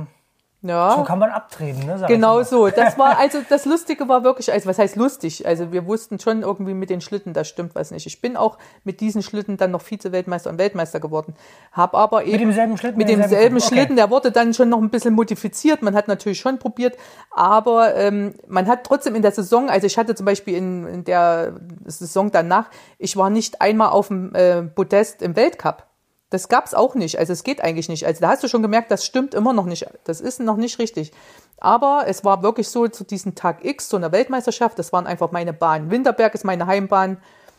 Ja.
So kann man abtreten, ne?
Genau so. Das war, also das Lustige war wirklich, also was heißt lustig? Also wir wussten schon irgendwie mit den Schlitten, da stimmt was nicht. Ich bin auch mit diesen Schlitten dann noch Vize-Weltmeister und Weltmeister geworden. Hab aber eben.
Mit demselben Schlitten?
Mit demselben Schlitten. Der wurde dann schon noch ein bisschen modifiziert. Man hat natürlich schon probiert, aber man hat trotzdem in der Saison, also ich hatte zum Beispiel in der Saison danach, ich war nicht einmal auf dem Podest im Weltcup. Das gab's auch nicht. Also es geht eigentlich nicht. Also da hast du schon gemerkt, das stimmt immer noch nicht. Das ist noch nicht richtig. Aber es war wirklich so zu diesem Tag X, so einer Weltmeisterschaft, das waren einfach meine Bahnen. Winterberg ist meine Heimbahn.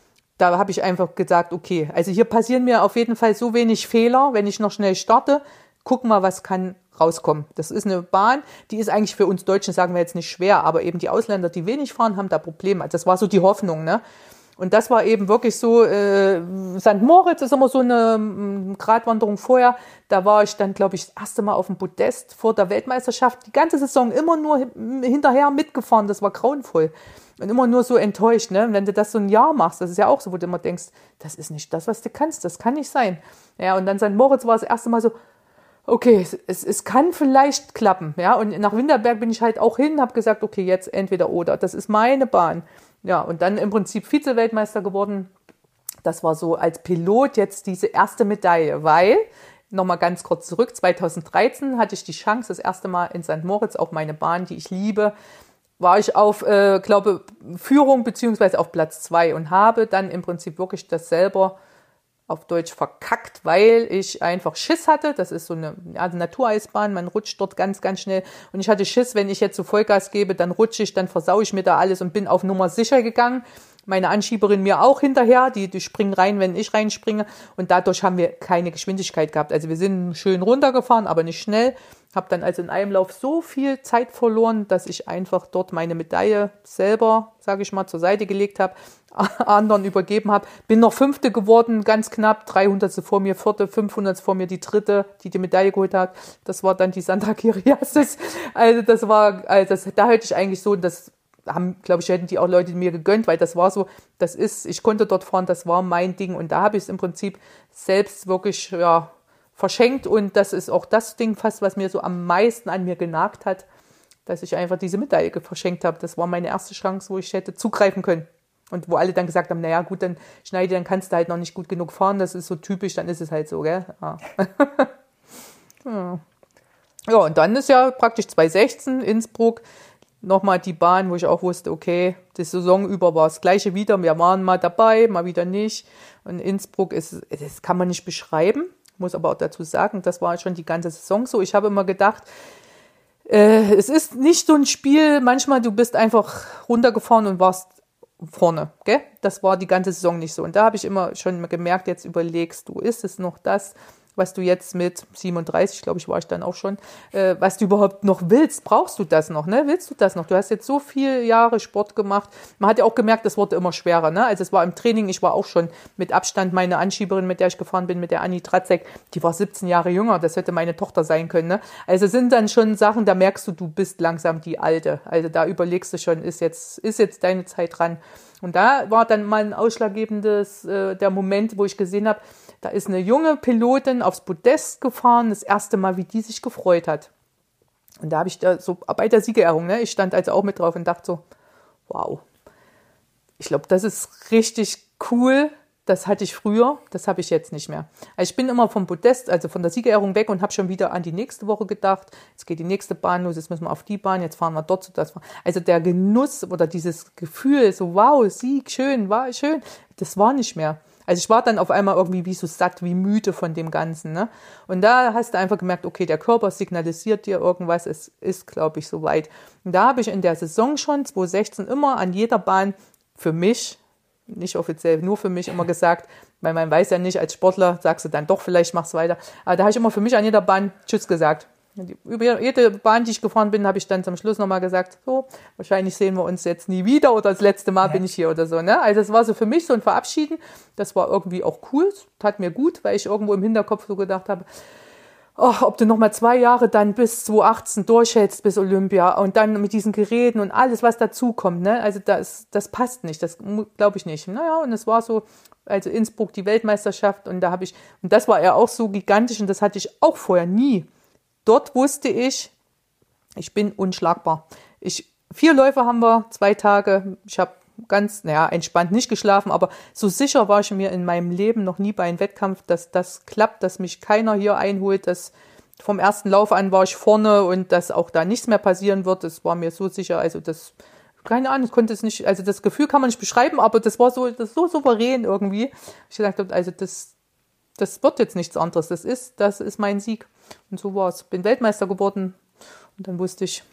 Da habe ich einfach gesagt, okay, also hier passieren mir auf jeden Fall so wenig Fehler, wenn ich noch schnell starte. Guck mal, was kann rauskommen. Das ist eine Bahn, die ist eigentlich für uns Deutschen, sagen wir jetzt nicht schwer, aber eben die Ausländer, die wenig fahren, haben da Probleme. Also das war so die Hoffnung, ne? Und das war eben wirklich so, St. Moritz ist immer so eine Gratwanderung vorher. Da war ich dann, glaube ich, das erste Mal auf dem Podest vor der Weltmeisterschaft. Die ganze Saison immer nur hinterher mitgefahren. Das war grauenvoll. Und immer nur so enttäuscht, ne? Wenn du das so ein Jahr machst, das ist ja auch so, wo du immer denkst, das ist nicht das, was du kannst. Das kann nicht sein. Ja, und dann St. Moritz war das erste Mal so, okay, es kann vielleicht klappen. Ja, und nach Winterberg bin ich halt auch hin, habe gesagt, okay, jetzt entweder oder. Das ist meine Bahn. Ja, und dann im Prinzip Vize-Weltmeister geworden. Das war so als Pilot jetzt diese erste Medaille, weil, nochmal ganz kurz zurück, 2013 hatte ich die Chance, das erste Mal in St. Moritz auf meine Bahn, die ich liebe, war ich auf, glaube, Führung beziehungsweise auf Platz 2 und habe dann im Prinzip wirklich das selber auf Deutsch verkackt, weil ich einfach Schiss hatte. Das ist so eine Natureisbahn, man rutscht dort ganz, ganz schnell. Und ich hatte Schiss, wenn ich jetzt so Vollgas gebe, dann rutsche ich, dann versaue ich mir da alles und bin auf Nummer sicher gegangen. Meine Anschieberin mir auch hinterher, die springen rein, wenn ich reinspringe. Und dadurch haben wir keine Geschwindigkeit gehabt. Also wir sind schön runtergefahren, aber nicht schnell. Habe dann also in einem Lauf so viel Zeit verloren, dass ich einfach dort meine Medaille selber, sage ich mal, zur Seite gelegt habe, anderen übergeben habe. Bin noch Fünfte geworden, ganz knapp, 300. vor mir, Vierte, 500. vor mir die Dritte, die Medaille geholt hat. Das war dann die Sandra Kiriassis. Also das war, da hätte ich eigentlich so, das haben, glaube ich, hätten die auch Leute mir gegönnt, weil das war so, ich konnte dort fahren, das war mein Ding und da habe ich es im Prinzip selbst wirklich, ja, verschenkt und das ist auch das Ding fast, was mir so am meisten an mir genagt hat, dass ich einfach diese Medaille verschenkt habe. Das war meine erste Chance, wo ich hätte zugreifen können. Und wo alle dann gesagt haben, naja gut, dann Schneidi, dann kannst du halt noch nicht gut genug fahren, das ist so typisch, dann ist es halt so, gell? Ja. Ja, und dann ist ja praktisch 2016 Innsbruck nochmal die Bahn, wo ich auch wusste, okay, die Saison über war das Gleiche wieder, wir waren mal dabei, mal wieder nicht. Und Innsbruck das kann man nicht beschreiben, muss aber auch dazu sagen, das war schon die ganze Saison so. Ich habe immer gedacht, es ist nicht so ein Spiel, manchmal du bist einfach runtergefahren und warst vorne, gell? Das war die ganze Saison nicht so. Und da habe ich immer schon gemerkt, jetzt überlegst du, ist es noch das, was du jetzt mit 37, glaube ich, war ich dann auch schon, was du überhaupt noch willst. Brauchst du das noch, ne? Willst du das noch? Du hast jetzt so viele Jahre Sport gemacht. Man hat ja auch gemerkt, das wurde immer schwerer, ne? Also es war im Training, ich war auch schon mit Abstand meine Anschieberin, mit der ich gefahren bin, mit der Anni Tratzek, die war 17 Jahre jünger, das hätte meine Tochter sein können, ne? Also sind dann schon Sachen, da merkst du, du bist langsam die Alte. Also da überlegst du schon, ist jetzt deine Zeit dran. Und da war dann mal ein ausschlaggebendes, der Moment, wo ich gesehen habe, da ist eine junge Pilotin aufs Podest gefahren, das erste Mal, wie die sich gefreut hat. Und da habe ich da so bei der Siegerehrung, ne, ich stand also auch mit drauf und dachte so, wow, ich glaube, das ist richtig cool. Das hatte ich früher, das habe ich jetzt nicht mehr. Also ich bin immer vom Podest, also von der Siegerehrung weg und habe schon wieder an die nächste Woche gedacht. Jetzt geht die nächste Bahn los, jetzt müssen wir auf die Bahn, jetzt fahren wir dort zu das. Also der Genuss oder dieses Gefühl, so wow, Sieg, schön, war schön, das war nicht mehr. Also ich war dann auf einmal irgendwie wie so satt, wie müde von dem Ganzen, ne? Und da hast du einfach gemerkt, okay, der Körper signalisiert dir irgendwas, es ist, glaube ich, soweit. Und da habe ich in der Saison schon, 2016, immer an jeder Bahn für mich, nicht offiziell, nur für mich immer gesagt, weil man weiß ja nicht, als Sportler sagst du dann doch, vielleicht mach's weiter. Aber da habe ich immer für mich an jeder Bahn Tschüss gesagt. Über jede Bahn, die ich gefahren bin, habe ich dann zum Schluss nochmal gesagt, so, wahrscheinlich sehen wir uns jetzt nie wieder oder das letzte Mal bin ich hier oder so, ne? Also es war so für mich so ein Verabschieden. Das war irgendwie auch cool, tat mir gut, weil ich irgendwo im Hinterkopf so gedacht habe, oh, ob du nochmal 2 Jahre dann bis 2018 durchhältst bis Olympia und dann mit diesen Geräten und alles, was dazukommt, ne? Also das passt nicht, das glaube ich nicht. Naja, und es war so, also Innsbruck, die Weltmeisterschaft und und das war ja auch so gigantisch und das hatte ich auch vorher nie. Dort wusste ich bin unschlagbar. 4 Läufe haben wir, 2 Tage, ich habe ganz, entspannt nicht geschlafen, aber so sicher war ich mir in meinem Leben noch nie bei einem Wettkampf, dass das klappt, dass mich keiner hier einholt, dass vom ersten Lauf an war ich vorne und dass auch da nichts mehr passieren wird, das war mir so sicher, also das, keine Ahnung, ich konnte es nicht, also das Gefühl kann man nicht beschreiben, aber das war so souverän irgendwie. Ich gesagt habe, also das wird jetzt nichts anderes, das ist mein Sieg. Und so war es. Bin Weltmeister geworden und dann wusste ich,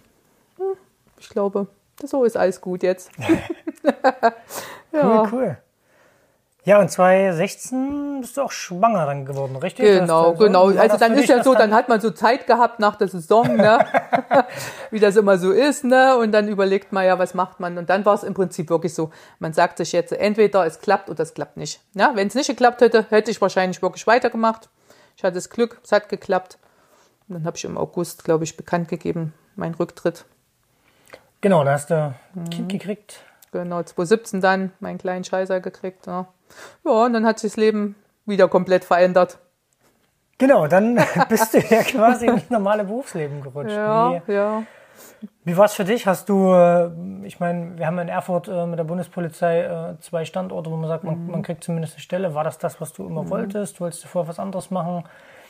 ich glaube, so ist alles gut jetzt.
Ja. Cool. Ja, und 2016 bist du auch schwanger dann geworden, richtig?
Genau. Also dann ist ja so, dann hat man so Zeit gehabt nach der Saison, ne? Wie das immer so ist, ne? Und dann überlegt man ja, was macht man? Und dann war es im Prinzip wirklich so, man sagt sich jetzt, entweder es klappt oder es klappt nicht. Ja? Wenn es nicht geklappt hätte ich wahrscheinlich wirklich weitergemacht. Ich hatte das Glück, es hat geklappt. Und dann habe ich im August, glaube ich, bekannt gegeben, meinen Rücktritt.
Genau, da hast du ein Kind gekriegt.
Genau, 2017 dann meinen kleinen Scheißer gekriegt. Ja, und dann hat sich das Leben wieder komplett verändert.
Genau, dann bist du ja quasi ins normale Berufsleben gerutscht.
Ja.
Wie war es für dich? Hast du, ich meine, wir haben in Erfurt mit der Bundespolizei 2 Standorte, wo man sagt, man kriegt zumindest eine Stelle. War das, was du immer wolltest? Wolltest du vorher was anderes machen?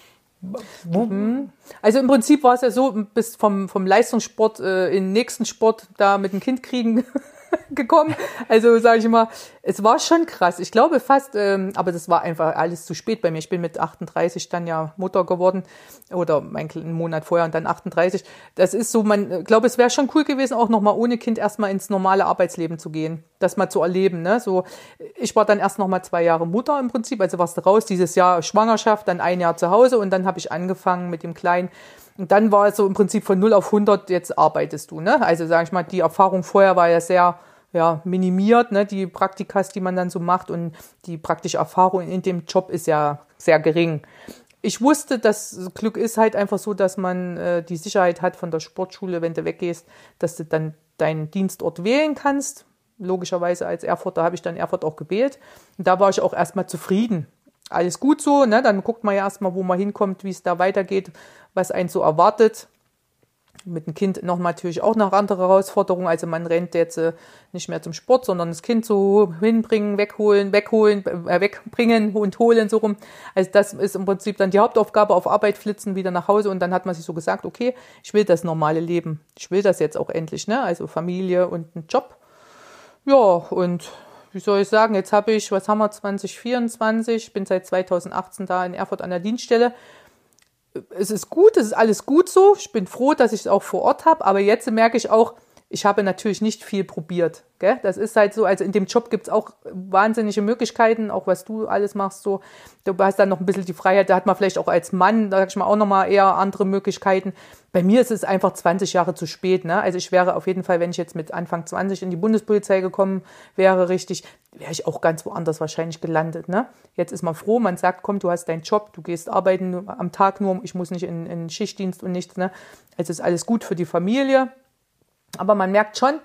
Also im Prinzip war es ja so, bis vom Leistungssport in den nächsten Sport da mit dem Kind kriegen gekommen. Also sage ich immer, es war schon krass. Ich glaube fast, aber das war einfach alles zu spät bei mir. Ich bin mit 38 dann ja Mutter geworden oder einen Monat vorher und dann 38. Das ist so, ich glaube, es wäre schon cool gewesen, auch nochmal ohne Kind erstmal ins normale Arbeitsleben zu gehen, das mal zu erleben. Ne? So, ich war dann erst nochmal 2 Jahre Mutter im Prinzip, also warst du raus, dieses Jahr Schwangerschaft, dann 1 Jahr zu Hause und dann habe ich angefangen mit dem Kleinen. Und dann war es so im Prinzip von 0 auf 100, jetzt arbeitest du, ne? Also sage ich mal, die Erfahrung vorher war ja sehr minimiert, ne? Die Praktikas, die man dann so macht und die praktische Erfahrung in dem Job ist ja sehr gering. Ich wusste, das Glück ist halt einfach so, dass man die Sicherheit hat von der Sportschule, wenn du weggehst, dass du dann deinen Dienstort wählen kannst. Logischerweise als Erfurter habe ich dann Erfurt auch gewählt. Und da war ich auch erstmal zufrieden. Alles gut so, ne? Dann guckt man ja erstmal, wo man hinkommt, wie es da weitergeht, was einen so erwartet. Mit dem Kind noch natürlich auch noch andere Herausforderungen. Also man rennt jetzt nicht mehr zum Sport, sondern das Kind so hinbringen, wegbringen und holen so rum. Also das ist im Prinzip dann die Hauptaufgabe, auf Arbeit flitzen, wieder nach Hause und dann hat man sich so gesagt, okay, ich will das normale Leben. Ich will das jetzt auch endlich, ne? Also Familie und einen Job. Ja, und wie soll ich sagen, jetzt habe ich, 2024, bin seit 2018 da in Erfurt an der Dienststelle. Es ist gut, es ist alles gut so. Ich bin froh, dass ich es auch vor Ort habe, aber jetzt merke ich auch, ich habe natürlich nicht viel probiert. Gell? Das ist halt so, also in dem Job gibt's auch wahnsinnige Möglichkeiten, auch was du alles machst. So. Du hast dann noch ein bisschen die Freiheit, da hat man vielleicht auch als Mann, da sag ich mal, auch nochmal eher andere Möglichkeiten. Bei mir ist es einfach 20 Jahre zu spät. Ne? Also ich wäre auf jeden Fall, wenn ich jetzt mit Anfang 20 in die Bundespolizei gekommen wäre, wäre ich auch ganz woanders wahrscheinlich gelandet. Ne? Jetzt ist man froh, man sagt, komm, du hast deinen Job, du gehst arbeiten am Tag nur, ich muss nicht in Schichtdienst und nichts. Ne? Also ist alles gut für die Familie. Aber man merkt schon,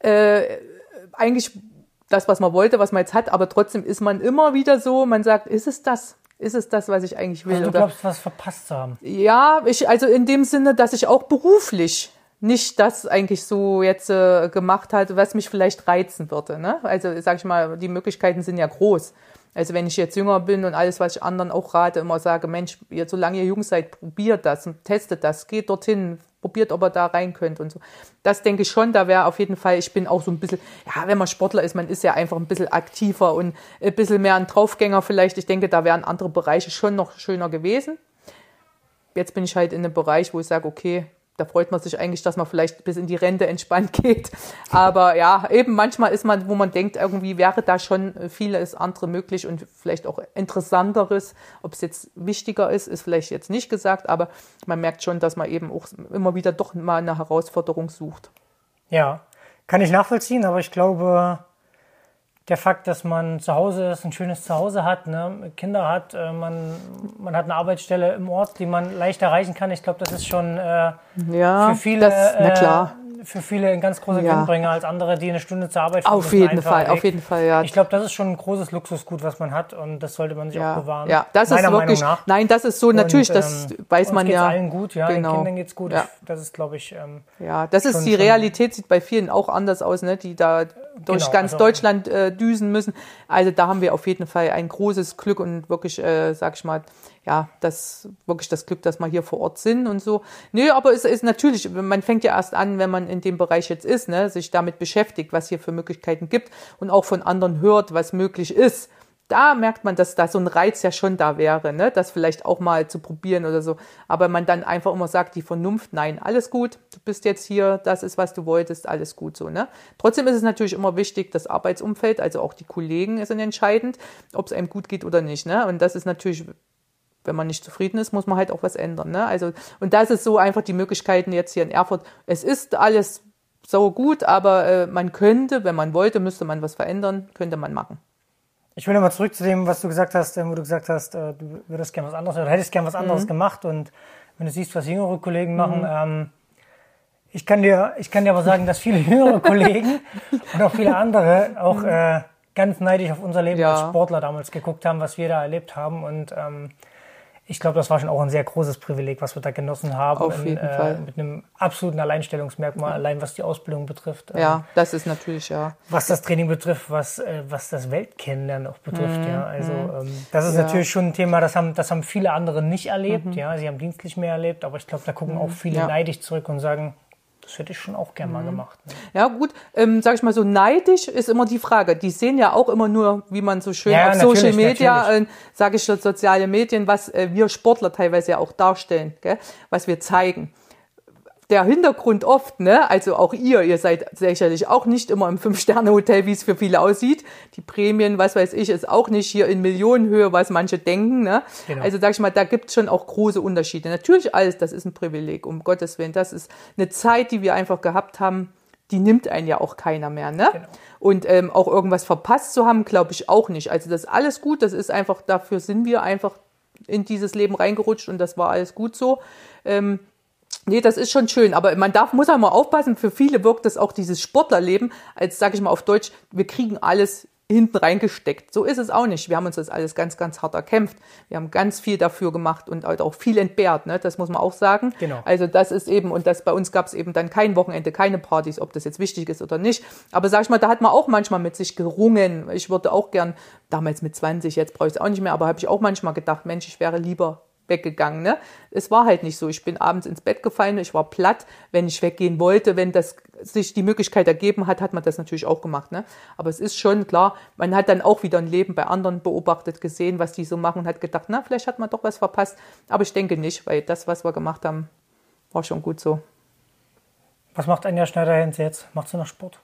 eigentlich das, was man wollte, was man jetzt hat, aber trotzdem ist man immer wieder so, man sagt, ist es das? Ist es das, was ich eigentlich will?
Also du glaubst, was verpasst zu haben?
Ja, also in dem Sinne, dass ich auch beruflich nicht das eigentlich so jetzt gemacht hatte, was mich vielleicht reizen würde. Ne? Also sag ich mal, die Möglichkeiten sind ja groß. Also wenn ich jetzt jünger bin und alles, was ich anderen auch rate, immer sage, Mensch, solange ihr jung seid, probiert das und testet das, geht dorthin, probiert, ob ihr da rein könnt und so. Das denke ich schon, da wäre auf jeden Fall, ich bin auch so ein bisschen, ja, wenn man Sportler ist, man ist ja einfach ein bisschen aktiver und ein bisschen mehr ein Draufgänger vielleicht. Ich denke, da wären andere Bereiche schon noch schöner gewesen. Jetzt bin ich halt in einem Bereich, wo ich sage, okay, da freut man sich eigentlich, dass man vielleicht bis in die Rente entspannt geht. Aber ja, eben manchmal ist man, wo man denkt, irgendwie wäre da schon vieles andere möglich und vielleicht auch Interessanteres. Ob es jetzt wichtiger ist vielleicht jetzt nicht gesagt, aber man merkt schon, dass man eben auch immer wieder doch mal eine Herausforderung sucht.
Ja, kann ich nachvollziehen, aber ich glaube, der Fakt, dass man zu Hause ist, ein schönes Zuhause hat, ne, Kinder hat, man hat eine Arbeitsstelle im Ort, die man leicht erreichen kann. Ich glaube, das ist schon für viele, für viele ein ganz großer Gewinnbringer als andere, die eine Stunde zur Arbeit fahren.
Auf jeden Fall, ja.
Ich glaube, das ist schon ein großes Luxusgut, was man hat und das sollte man sich auch bewahren.
Ja, das ist wirklich, nein, das ist so, natürlich, das weiß man ja.
Uns geht's allen gut, ja,
genau.
den Kindern geht's gut.
Ja.
Das ist, glaube ich,
ja, das ist die Realität, sieht bei vielen auch anders aus, ne, die da durch ganz Deutschland düsen müssen. Also da haben wir auf jeden Fall ein großes Glück und wirklich, sag ich mal, ja, das wirklich das Glück, dass wir hier vor Ort sind und so. Nö, aber es ist natürlich, man fängt ja erst an, wenn man in dem Bereich jetzt ist, ne, sich damit beschäftigt, was hier für Möglichkeiten gibt und auch von anderen hört, was möglich ist. Da merkt man, dass da so ein Reiz ja schon da wäre, ne, das vielleicht auch mal zu probieren oder so. Aber man dann einfach immer sagt, die Vernunft, nein, alles gut, du bist jetzt hier, das ist, was du wolltest, alles gut so, ne. Trotzdem ist es natürlich immer wichtig, das Arbeitsumfeld, also auch die Kollegen sind entscheidend, ob es einem gut geht oder nicht, ne. Und das ist natürlich, wenn man nicht zufrieden ist, muss man halt auch was ändern, ne. Also, und das ist so einfach die Möglichkeiten jetzt hier in Erfurt. Es ist alles so gut, aber man könnte, wenn man wollte, müsste man was verändern, könnte man machen.
Ich will nochmal zurück zu dem, was du gesagt hast, wo du gesagt hast, du würdest gerne was anderes oder hättest gerne was anderes gemacht und wenn du siehst, was jüngere Kollegen machen, ich kann dir aber sagen, dass viele jüngere Kollegen und auch viele andere auch ganz neidisch auf unser Leben als Sportler damals geguckt haben, was wir da erlebt haben und ich glaube, das war schon auch ein sehr großes Privileg, was wir da genossen haben.
Auf jeden Fall.
Mit einem absoluten Alleinstellungsmerkmal, allein was die Ausbildung betrifft.
Ja, das ist natürlich,
was das Training betrifft, was das Weltkennenlernen auch betrifft. Ja. Also das ist natürlich schon ein Thema, das haben viele andere nicht erlebt. Ja, sie haben dienstlich mehr erlebt, aber ich glaube, da gucken auch viele neidisch zurück und sagen, das hätte ich schon auch gerne mal gemacht. Ne?
Ja gut, sag ich mal so, neidisch ist immer die Frage. Die sehen ja auch immer nur, wie man so schön auf Social Media, sage ich schon, soziale Medien, was wir Sportler teilweise ja auch darstellen, gell? Was wir zeigen. Der Hintergrund oft, ne, also auch ihr seid sicherlich auch nicht immer im 5-Sterne-Hotel, wie es für viele aussieht. Die Prämien, was weiß ich, ist auch nicht hier in Millionenhöhe, was manche denken, ne. Genau. Also sag ich mal, da gibt's schon auch große Unterschiede. Natürlich alles, das ist ein Privileg, um Gottes Willen. Das ist eine Zeit, die wir einfach gehabt haben, die nimmt einen ja auch keiner mehr, ne. Genau. Und auch irgendwas verpasst zu haben, glaube ich auch nicht. Also das ist alles gut, das ist einfach, dafür sind wir einfach in dieses Leben reingerutscht und das war alles gut so. Nee, das ist schon schön, aber muss auch mal aufpassen, für viele wirkt das auch dieses Sportlerleben, als, sag ich mal auf Deutsch, wir kriegen alles hinten reingesteckt. So ist es auch nicht. Wir haben uns das alles ganz, ganz hart erkämpft. Wir haben ganz viel dafür gemacht und halt auch viel entbehrt, ne? Das muss man auch sagen.
Genau.
Also das ist eben, und das bei uns gab es eben dann kein Wochenende, keine Partys, ob das jetzt wichtig ist oder nicht. Aber sag ich mal, da hat man auch manchmal mit sich gerungen. Ich würde auch gern, damals mit 20, jetzt brauche ich es auch nicht mehr, aber habe ich auch manchmal gedacht, Mensch, ich wäre lieber weggegangen, ne? Es war halt nicht so. Ich bin abends ins Bett gefallen, ich war platt, wenn ich weggehen wollte, wenn das sich die Möglichkeit ergeben hat, hat man das natürlich auch gemacht, ne? Aber es ist schon klar, man hat dann auch wieder ein Leben bei anderen beobachtet, gesehen, was die so machen und hat gedacht, na, vielleicht hat man doch was verpasst. Aber ich denke nicht, weil das, was wir gemacht haben, war schon gut so.
Was macht Anja Schneider-Heinze jetzt? Macht sie noch Sport?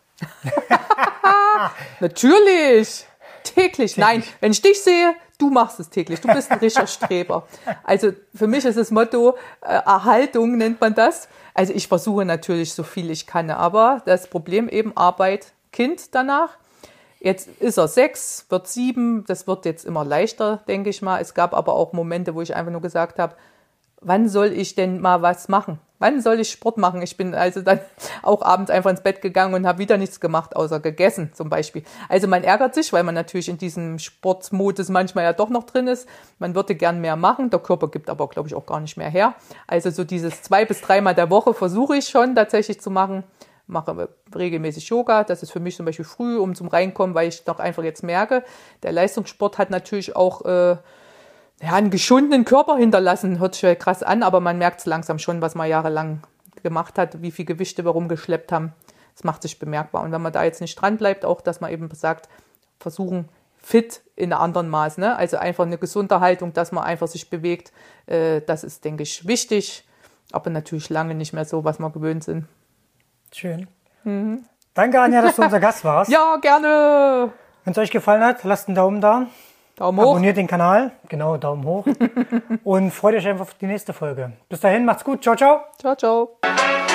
Natürlich. Täglich. Nein, wenn ich dich sehe, du machst es täglich. Du bist ein richtiger Streber. Also für mich ist das Motto, Erhaltung nennt man das. Also ich versuche natürlich so viel ich kann, aber das Problem eben Arbeit, Kind danach. Jetzt ist er 6, wird 7, das wird jetzt immer leichter, denke ich mal. Es gab aber auch Momente, wo ich einfach nur gesagt habe, wann soll ich denn mal was machen? Wann soll ich Sport machen? Ich bin also dann auch abends einfach ins Bett gegangen und habe wieder nichts gemacht, außer gegessen zum Beispiel. Also man ärgert sich, weil man natürlich in diesem Sportmodus manchmal ja doch noch drin ist. Man würde gern mehr machen, der Körper gibt aber, glaube ich, auch gar nicht mehr her. Also so dieses 2 bis 3 Mal der Woche versuche ich schon tatsächlich zu machen. Mache regelmäßig Yoga, das ist für mich zum Beispiel früh, um zum Reinkommen, weil ich doch einfach jetzt merke, der Leistungssport hat natürlich auch einen geschundenen Körper hinterlassen, hört sich ja krass an, aber man merkt es langsam schon, was man jahrelang gemacht hat, wie viel Gewichte wir rumgeschleppt haben. Das macht sich bemerkbar. Und wenn man da jetzt nicht dran bleibt, auch, dass man eben sagt, versuchen fit in einem anderen Maß, ne? Also einfach eine gesunde Haltung, dass man einfach sich bewegt, das ist, denke ich, wichtig, aber natürlich lange nicht mehr so, was wir gewöhnt sind.
Schön. Danke, Anja, dass du unser Gast warst.
Ja, gerne.
Wenn es euch gefallen hat, lasst einen Daumen da.
Daumen hoch.
Abonniert den Kanal. Genau, Daumen hoch. Und freut euch einfach auf die nächste Folge. Bis dahin, macht's gut. Ciao, ciao.
Ciao, ciao.